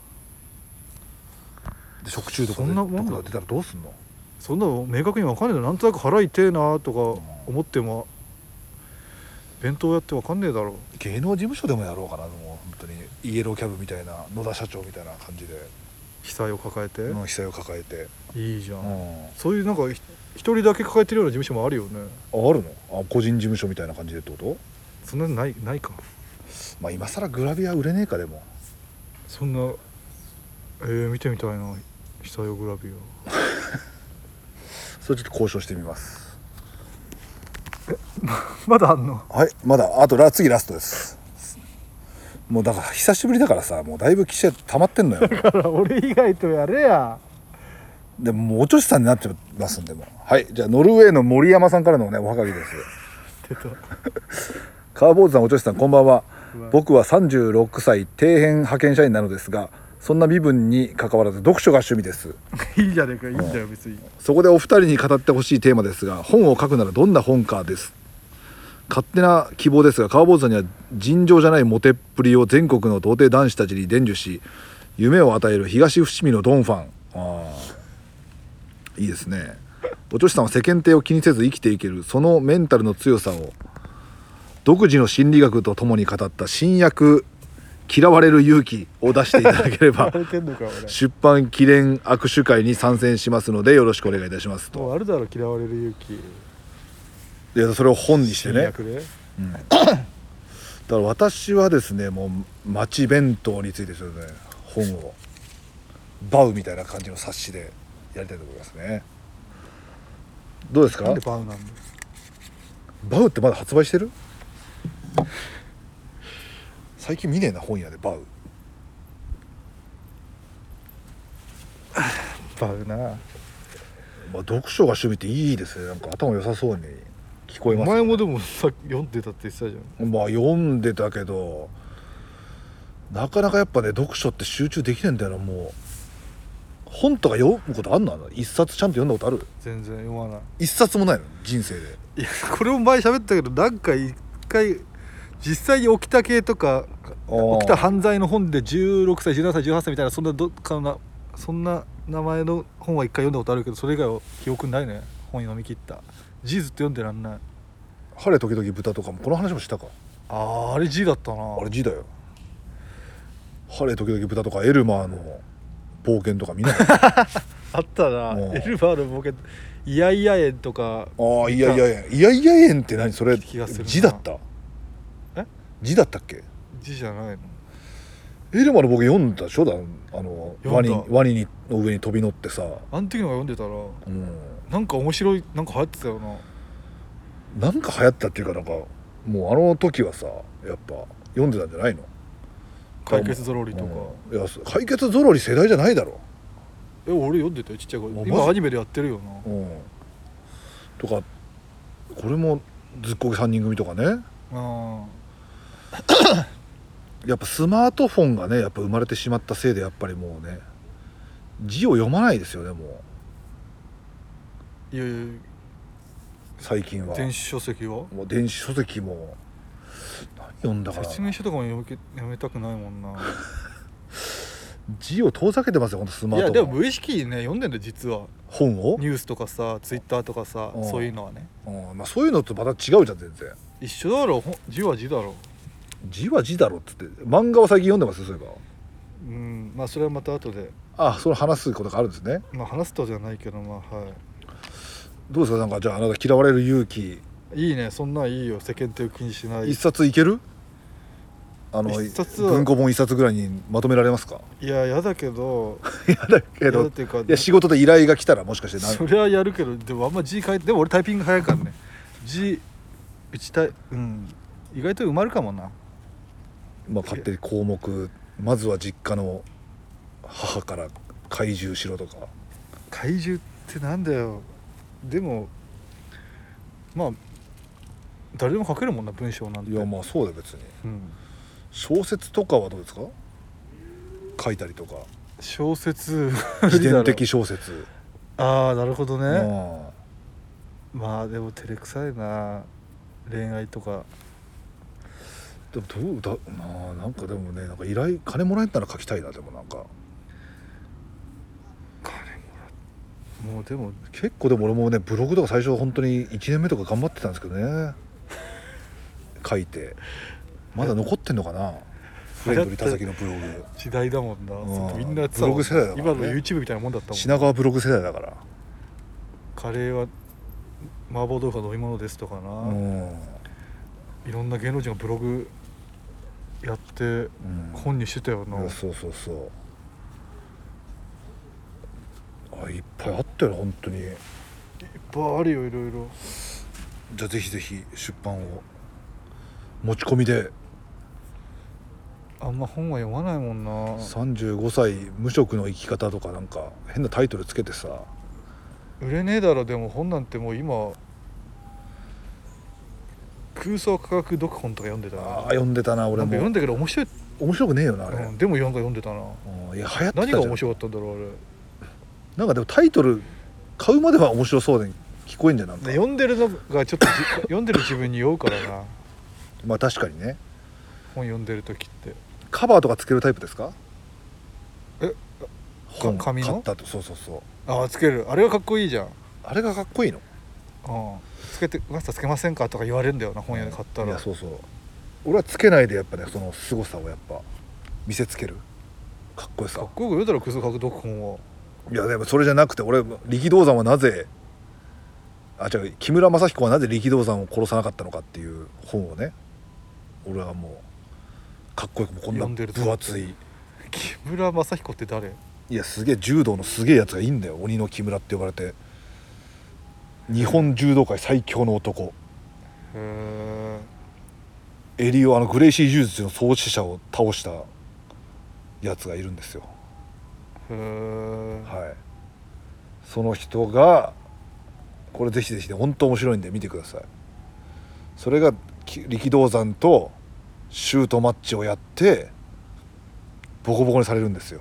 S1: で食中毒
S3: そんなもんだ
S1: とか出たらどうすんの。
S3: そんなの明確に分かんねえだろ。なんとなく腹痛えなとか思っても弁当やって分かんねえだろ。
S1: 芸能事務所でもやろうかな。もう本当にイエローキャブみたいな野田社長みたいな感じで、
S3: 被災を抱えて、
S1: うん、被災を抱えて、
S3: いいじゃん、
S1: うん、
S3: そういうなんかひ一人だけ抱えてるような事務所もあるよね。
S1: ああるの。あ個人事務所みたいな感じでってこと。
S3: そんなのないないか。
S1: まあ今更グラビア売れねえか。でも
S3: そんなえー、見てみたいな被災をグラビア。
S1: それちょっと交渉してみます。
S3: まだあんの。
S1: はいまだあとラ次ラストです。もうだから久しぶりだからさもうだいぶ記者溜まってんのよ。
S3: だから俺以外とやれや。
S1: でももうおちょしさんになってますんでもはいじゃあノルウェーの森山さんからのねおはがきです。
S3: 出た。
S1: カーボーズさんおちょしさんこんばんは。
S3: うわ
S1: 僕はさんじゅうろくさい底辺派遣社員なのですがそんな身分に関わらず読書が趣味です。
S3: いいじゃねえか。いいんだよ別に。
S1: そこでお二人に語ってほしいテーマですが本を書くならどんな本かです。勝手な希望ですがカーボーズさんには尋常じゃないモテっぷりを全国の童貞男子たちに伝授し夢を与える東伏見のドンファン。あーいいですね。おちょしさんは世間体を気にせず生きていけるそのメンタルの強さを独自の心理学とともに語った新訳嫌われる勇気を出していただければ
S3: やれてんのか俺。
S1: 出版記念握手会に参戦しますのでよろしくお願いいたしますと。
S3: もうあるだろ嫌われる勇気。
S1: いやそれを本にしてね。
S3: 新訳で。
S1: だから私はですねもう町弁当についてちょっとね本をバウみたいな感じの冊子でやりたいと思いますね。どうですか。
S3: なんでバウなんだよ。
S1: バウってまだ発売してる。最近見ねえな本屋でバウ。
S3: バウな。
S1: まあ読書が趣味っていいですね。なんか頭良さそうに聞こえ
S3: お
S1: ます、ね、
S3: 前もでもさ読んでたって言ってたじゃん。
S1: まあ読んでたけどなかなかやっぱね読書って集中できないんだよな。もう本とか読むことあんの。一冊ちゃんと読んだことある。
S3: 全然読まない。
S1: 一冊もないの人生で。
S3: いやこれも前喋ったけどなんか一回実際に起きた系とか起きた犯罪の本でじゅうろくさいじゅうななさいじゅうはっさいみたいなそんなどっかなそんな名前の本は一回読んだことあるけどそれ以外は記憶ないね。本読み切った事実って読んでらんない。
S1: 晴れ時々豚とかもこの話もしたか。
S3: あーあれ G だったな。
S1: あれ G だよ。ハレー時々豚とかエルマーの冒険とか見ない
S3: あったな、
S1: うん
S3: エルバーの冒険、イヤイヤ園とか。
S1: ああいやいやいやいやいや園って何それ
S3: 気がするな
S1: 字だった？
S3: え
S1: 字だったっけ？
S3: G じゃないの？
S1: エルマーの冒険読んだでしょ？だあのワ
S3: 読んだ
S1: ニワニにの上に飛び乗ってさ、
S3: あの時のが読んでたら
S1: うん、
S3: なんか面白い、なんか流行ってたよな。
S1: なんか流行ったっていうかなんかもうあの時はさやっぱ読んでたんじゃないの？
S3: 解決ぞろりとか、
S1: うんいや解決ぞろり世代じゃないだろ。
S3: え俺読んでたよちっちゃい頃。
S1: あマジ
S3: 今アニメでやってるよな。
S1: うん、とかこれもずっこけさんにん組とかね。
S3: あ
S1: やっぱスマートフォンがねやっぱ生まれてしまったせいでやっぱりもうね字を読まないですよねもう
S3: いやいや
S1: 最近は。
S3: 電子書籍は
S1: もう電子書籍も何読んだかな。
S3: 説明書とかも読めけ読めたくないもんな。
S1: 字を遠ざけてますよほんとスマ
S3: い
S1: ートフォン。
S3: やでも無意識にね読んでんだよ実は。
S1: 本を、
S3: ニュースとかさツイッターとかさ、
S1: うん
S3: そういうのはね
S1: うんまあ、そういうのとまた違うじゃん全然。
S3: 一緒だろ。ほん字は字だろ。
S1: 字は字だろっつって漫画は最近読んでますそういえば。
S3: うんまあそれはまた後で
S1: あそれ話すことがあるんですね。
S3: まあ話すとじゃないけどまあは
S1: どうですかなんかじゃああなた嫌われる勇気
S3: いいいね。そんなんいいよ。世間体を気にしない。
S1: 一冊いける？あの
S3: 一冊は
S1: 文庫本一冊ぐらいにまとめられますか？
S3: いややだけど
S1: いやだけ
S3: やだ
S1: ど
S3: っていうか
S1: いや仕事で依頼が来たらもしかして
S3: それはやるけどでもあんま字書いてでも俺タイピング早いからね字打ちたい。うん意外と埋まるかもな。
S1: まあ、勝手に項目まずは実家の母から怪獣しろとか。
S3: 怪獣ってなんだよ。でもまあ誰でも書けるもんな文章なんて。
S1: いやまあそうだよ別に。
S3: うん、
S1: 小説とかはどうですか？書いたりとか
S3: 小説
S1: 自伝的小説。
S3: ああなるほどね。
S1: うん
S3: まあでも照れくさいな恋愛とか。
S1: でもどうだなあなんかでもねなんか依頼金もらえたら書きたいなでもなんか
S3: もうでも
S1: 結構でも俺もねブログとか最初本当にいちねんめとか頑張ってたんですけどね書いてまだ残ってんのかなフレンドリー田崎のブログ。
S3: 時代だもんな。
S1: うん
S3: そうみんなやってたもん
S1: ブログ世代だからね
S3: 今の YouTube みたいなもんだったもん。
S1: 品川ブログ世代だから。
S3: カレーは麻婆豆腐は飲み物ですとかな、
S1: うん
S3: いろんな芸能人がブログやって
S1: うん
S3: 本にしてたよな。
S1: いやそうそうそうあいっぱいあったよ本当に。
S3: いっぱいあるよいろいろ。
S1: じゃあぜひぜひ出版を持ち込みで。
S3: あんま本は読まないもんな。
S1: さんじゅうごさい無職の生き方とかなんか変なタイトルつけてさ。
S3: 売れねえだろ。でも本なんてもう今空想科学読本とか読んでたな。
S1: ああ読んでたな俺も。
S3: なんか読んだけど面白い、
S1: 面白くねえよなあれ、
S3: うん、でもなんか読んでたな。
S1: うんいや流行ってたじゃん。
S3: 何が面白かったんだろうあれ。
S1: なんかでもタイトル買うまでは面白そうで聞こえんじゃんなんか。
S3: 読んでるのがちょっとじ読んでる自分に酔うからな。
S1: まあ確かにね。
S3: 本読んでる時って
S1: カバーとかつけるタイプですか？
S3: え
S1: 本
S3: 紙の
S1: 買ったとそうそうそう
S3: ああつける。あれはかっこいいじゃん。
S1: あれがかっこいいの。
S3: うんつけてマスターつけませんかとか言われるんだよな本屋で買ったら。
S1: いやそうそう俺はつけないでやっぱねその凄さをやっぱ見せつけるかっこよさ。
S3: かっこよく言うたらクソ書く読本は。
S1: いやでもそれじゃなくて俺力道山はなぜあ違う木村正彦はなぜ力道山を殺さなかったのかっていう本をね俺はもうかっこよくもうこんな
S3: 読んでると
S1: 分厚い
S3: 木村正彦って誰？
S1: いやすげえ柔道のすげえやつがいいんだよ鬼の木村って呼ばれて日本柔道界最強の男。
S3: へ
S1: エリオあのグレイシー柔術の創始者を倒したやつがいるんですよ。
S3: えへえ
S1: はいその人がこれぜひぜひね本当面白いんで見てください。それがき力道山とシュートマッチをやってボコボコにされるんですよ。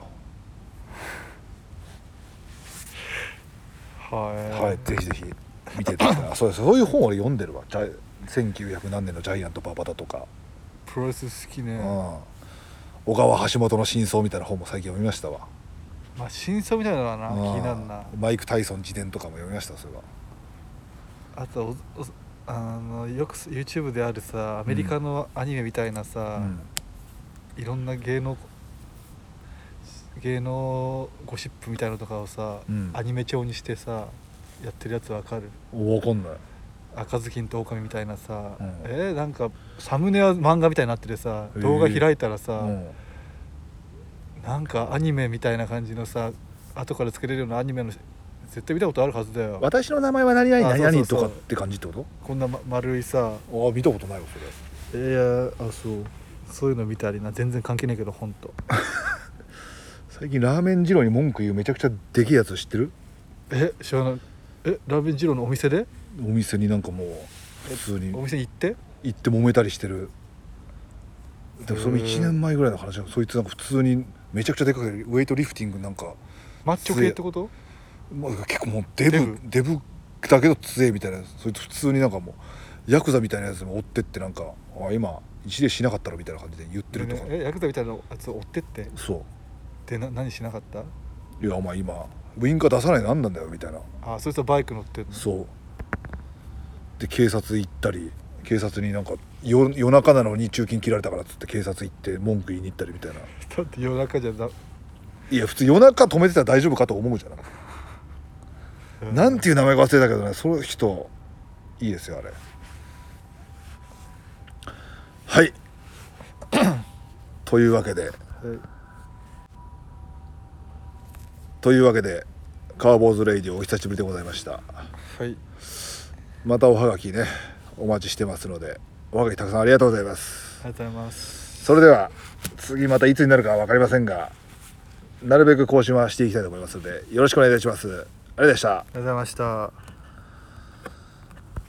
S3: はい
S1: はいぜひぜひ見てください。あそうですそういう本を俺読んでるわ。ジャイせんきゅうひゃく何年のジャイアント馬場だとか、
S3: プロレス好きね。
S1: うん、小川橋本の真相みたいな本も最近読みましたわ。
S3: まあ真相みたいなのはな気になるな。
S1: マイク・タイソン自伝とかも読みましたそれは。
S3: あとおおあのよく YouTube であるさアメリカのアニメみたいなさ、
S1: うん、
S3: いろんな芸能芸能ゴシップみたいなのとかをさ、
S1: うん、
S3: アニメ調にしてさやってるやつわかる？
S1: 分かんない。
S3: 赤ずきんと狼みたいなさ、
S1: うん、
S3: えー、なんかサムネは漫画みたいになっててさ動画開いたらさ、
S1: うん、
S3: なんかアニメみたいな感じのさ後から作れるようなアニメの絶対見たことあるはずだよ。
S1: 私の名前は何々何
S3: あそうそうそう
S1: 々とかって感じってこ
S3: こんな、ま、丸いさ
S1: と？ああ見たことないわそれ。
S3: いやあそうそういうの見たりな全然関係ないけどほんと
S1: 最近ラーメン二郎に文句言うめちゃくちゃでけえやつ知ってる？
S3: え知らない。えラーメン二郎のお店で
S1: お店になんかもう普通に
S3: お店に行って
S1: 行って揉めたりしてる。でもそれもいちねんまえぐらいの話だ。そいつなんか普通にめちゃくちゃでかくてウェイトリフティングなんか、
S3: マッチョ系ってこと？
S1: まあ、結構もうデブ
S3: デブ
S1: デブだけど強えみたいな。そいつ普通になんかもうヤクザみたいなやつも追ってってなんかあ今一礼しなかったろみたいな感じで言ってるとか、
S3: ねえヤクザみたいなやつを追ってって
S1: そ
S3: でな何しなかった？
S1: ういやお前今ウインカー出さないの何なんだよみたいな。
S3: あそいつはバイク乗ってんの？
S1: そうで警察行ったり警察になんか夜夜中なのに中金切られたからっつって警察行って文句言いに行ったりみたいな。
S3: だって夜中じゃだ、
S1: いや普通夜中止めてたら大丈夫かと思うじゃない。
S3: うん、
S1: なんていう名前か忘れたけどね、その人いいですよあれ。はいというわけで
S3: はい
S1: というわけでカーボーズレイディオお久しぶりでございました。
S3: はい
S1: またおはがきねお待ちしてますので、おはがきたくさんありがとうございます。
S3: ありがとうございます。
S1: それでは次またいつになるかは分かりませんが、なるべく更新はしていきたいと思いますのでよろしくお願いいたします。ありがとうございました。
S3: ありがとうございました。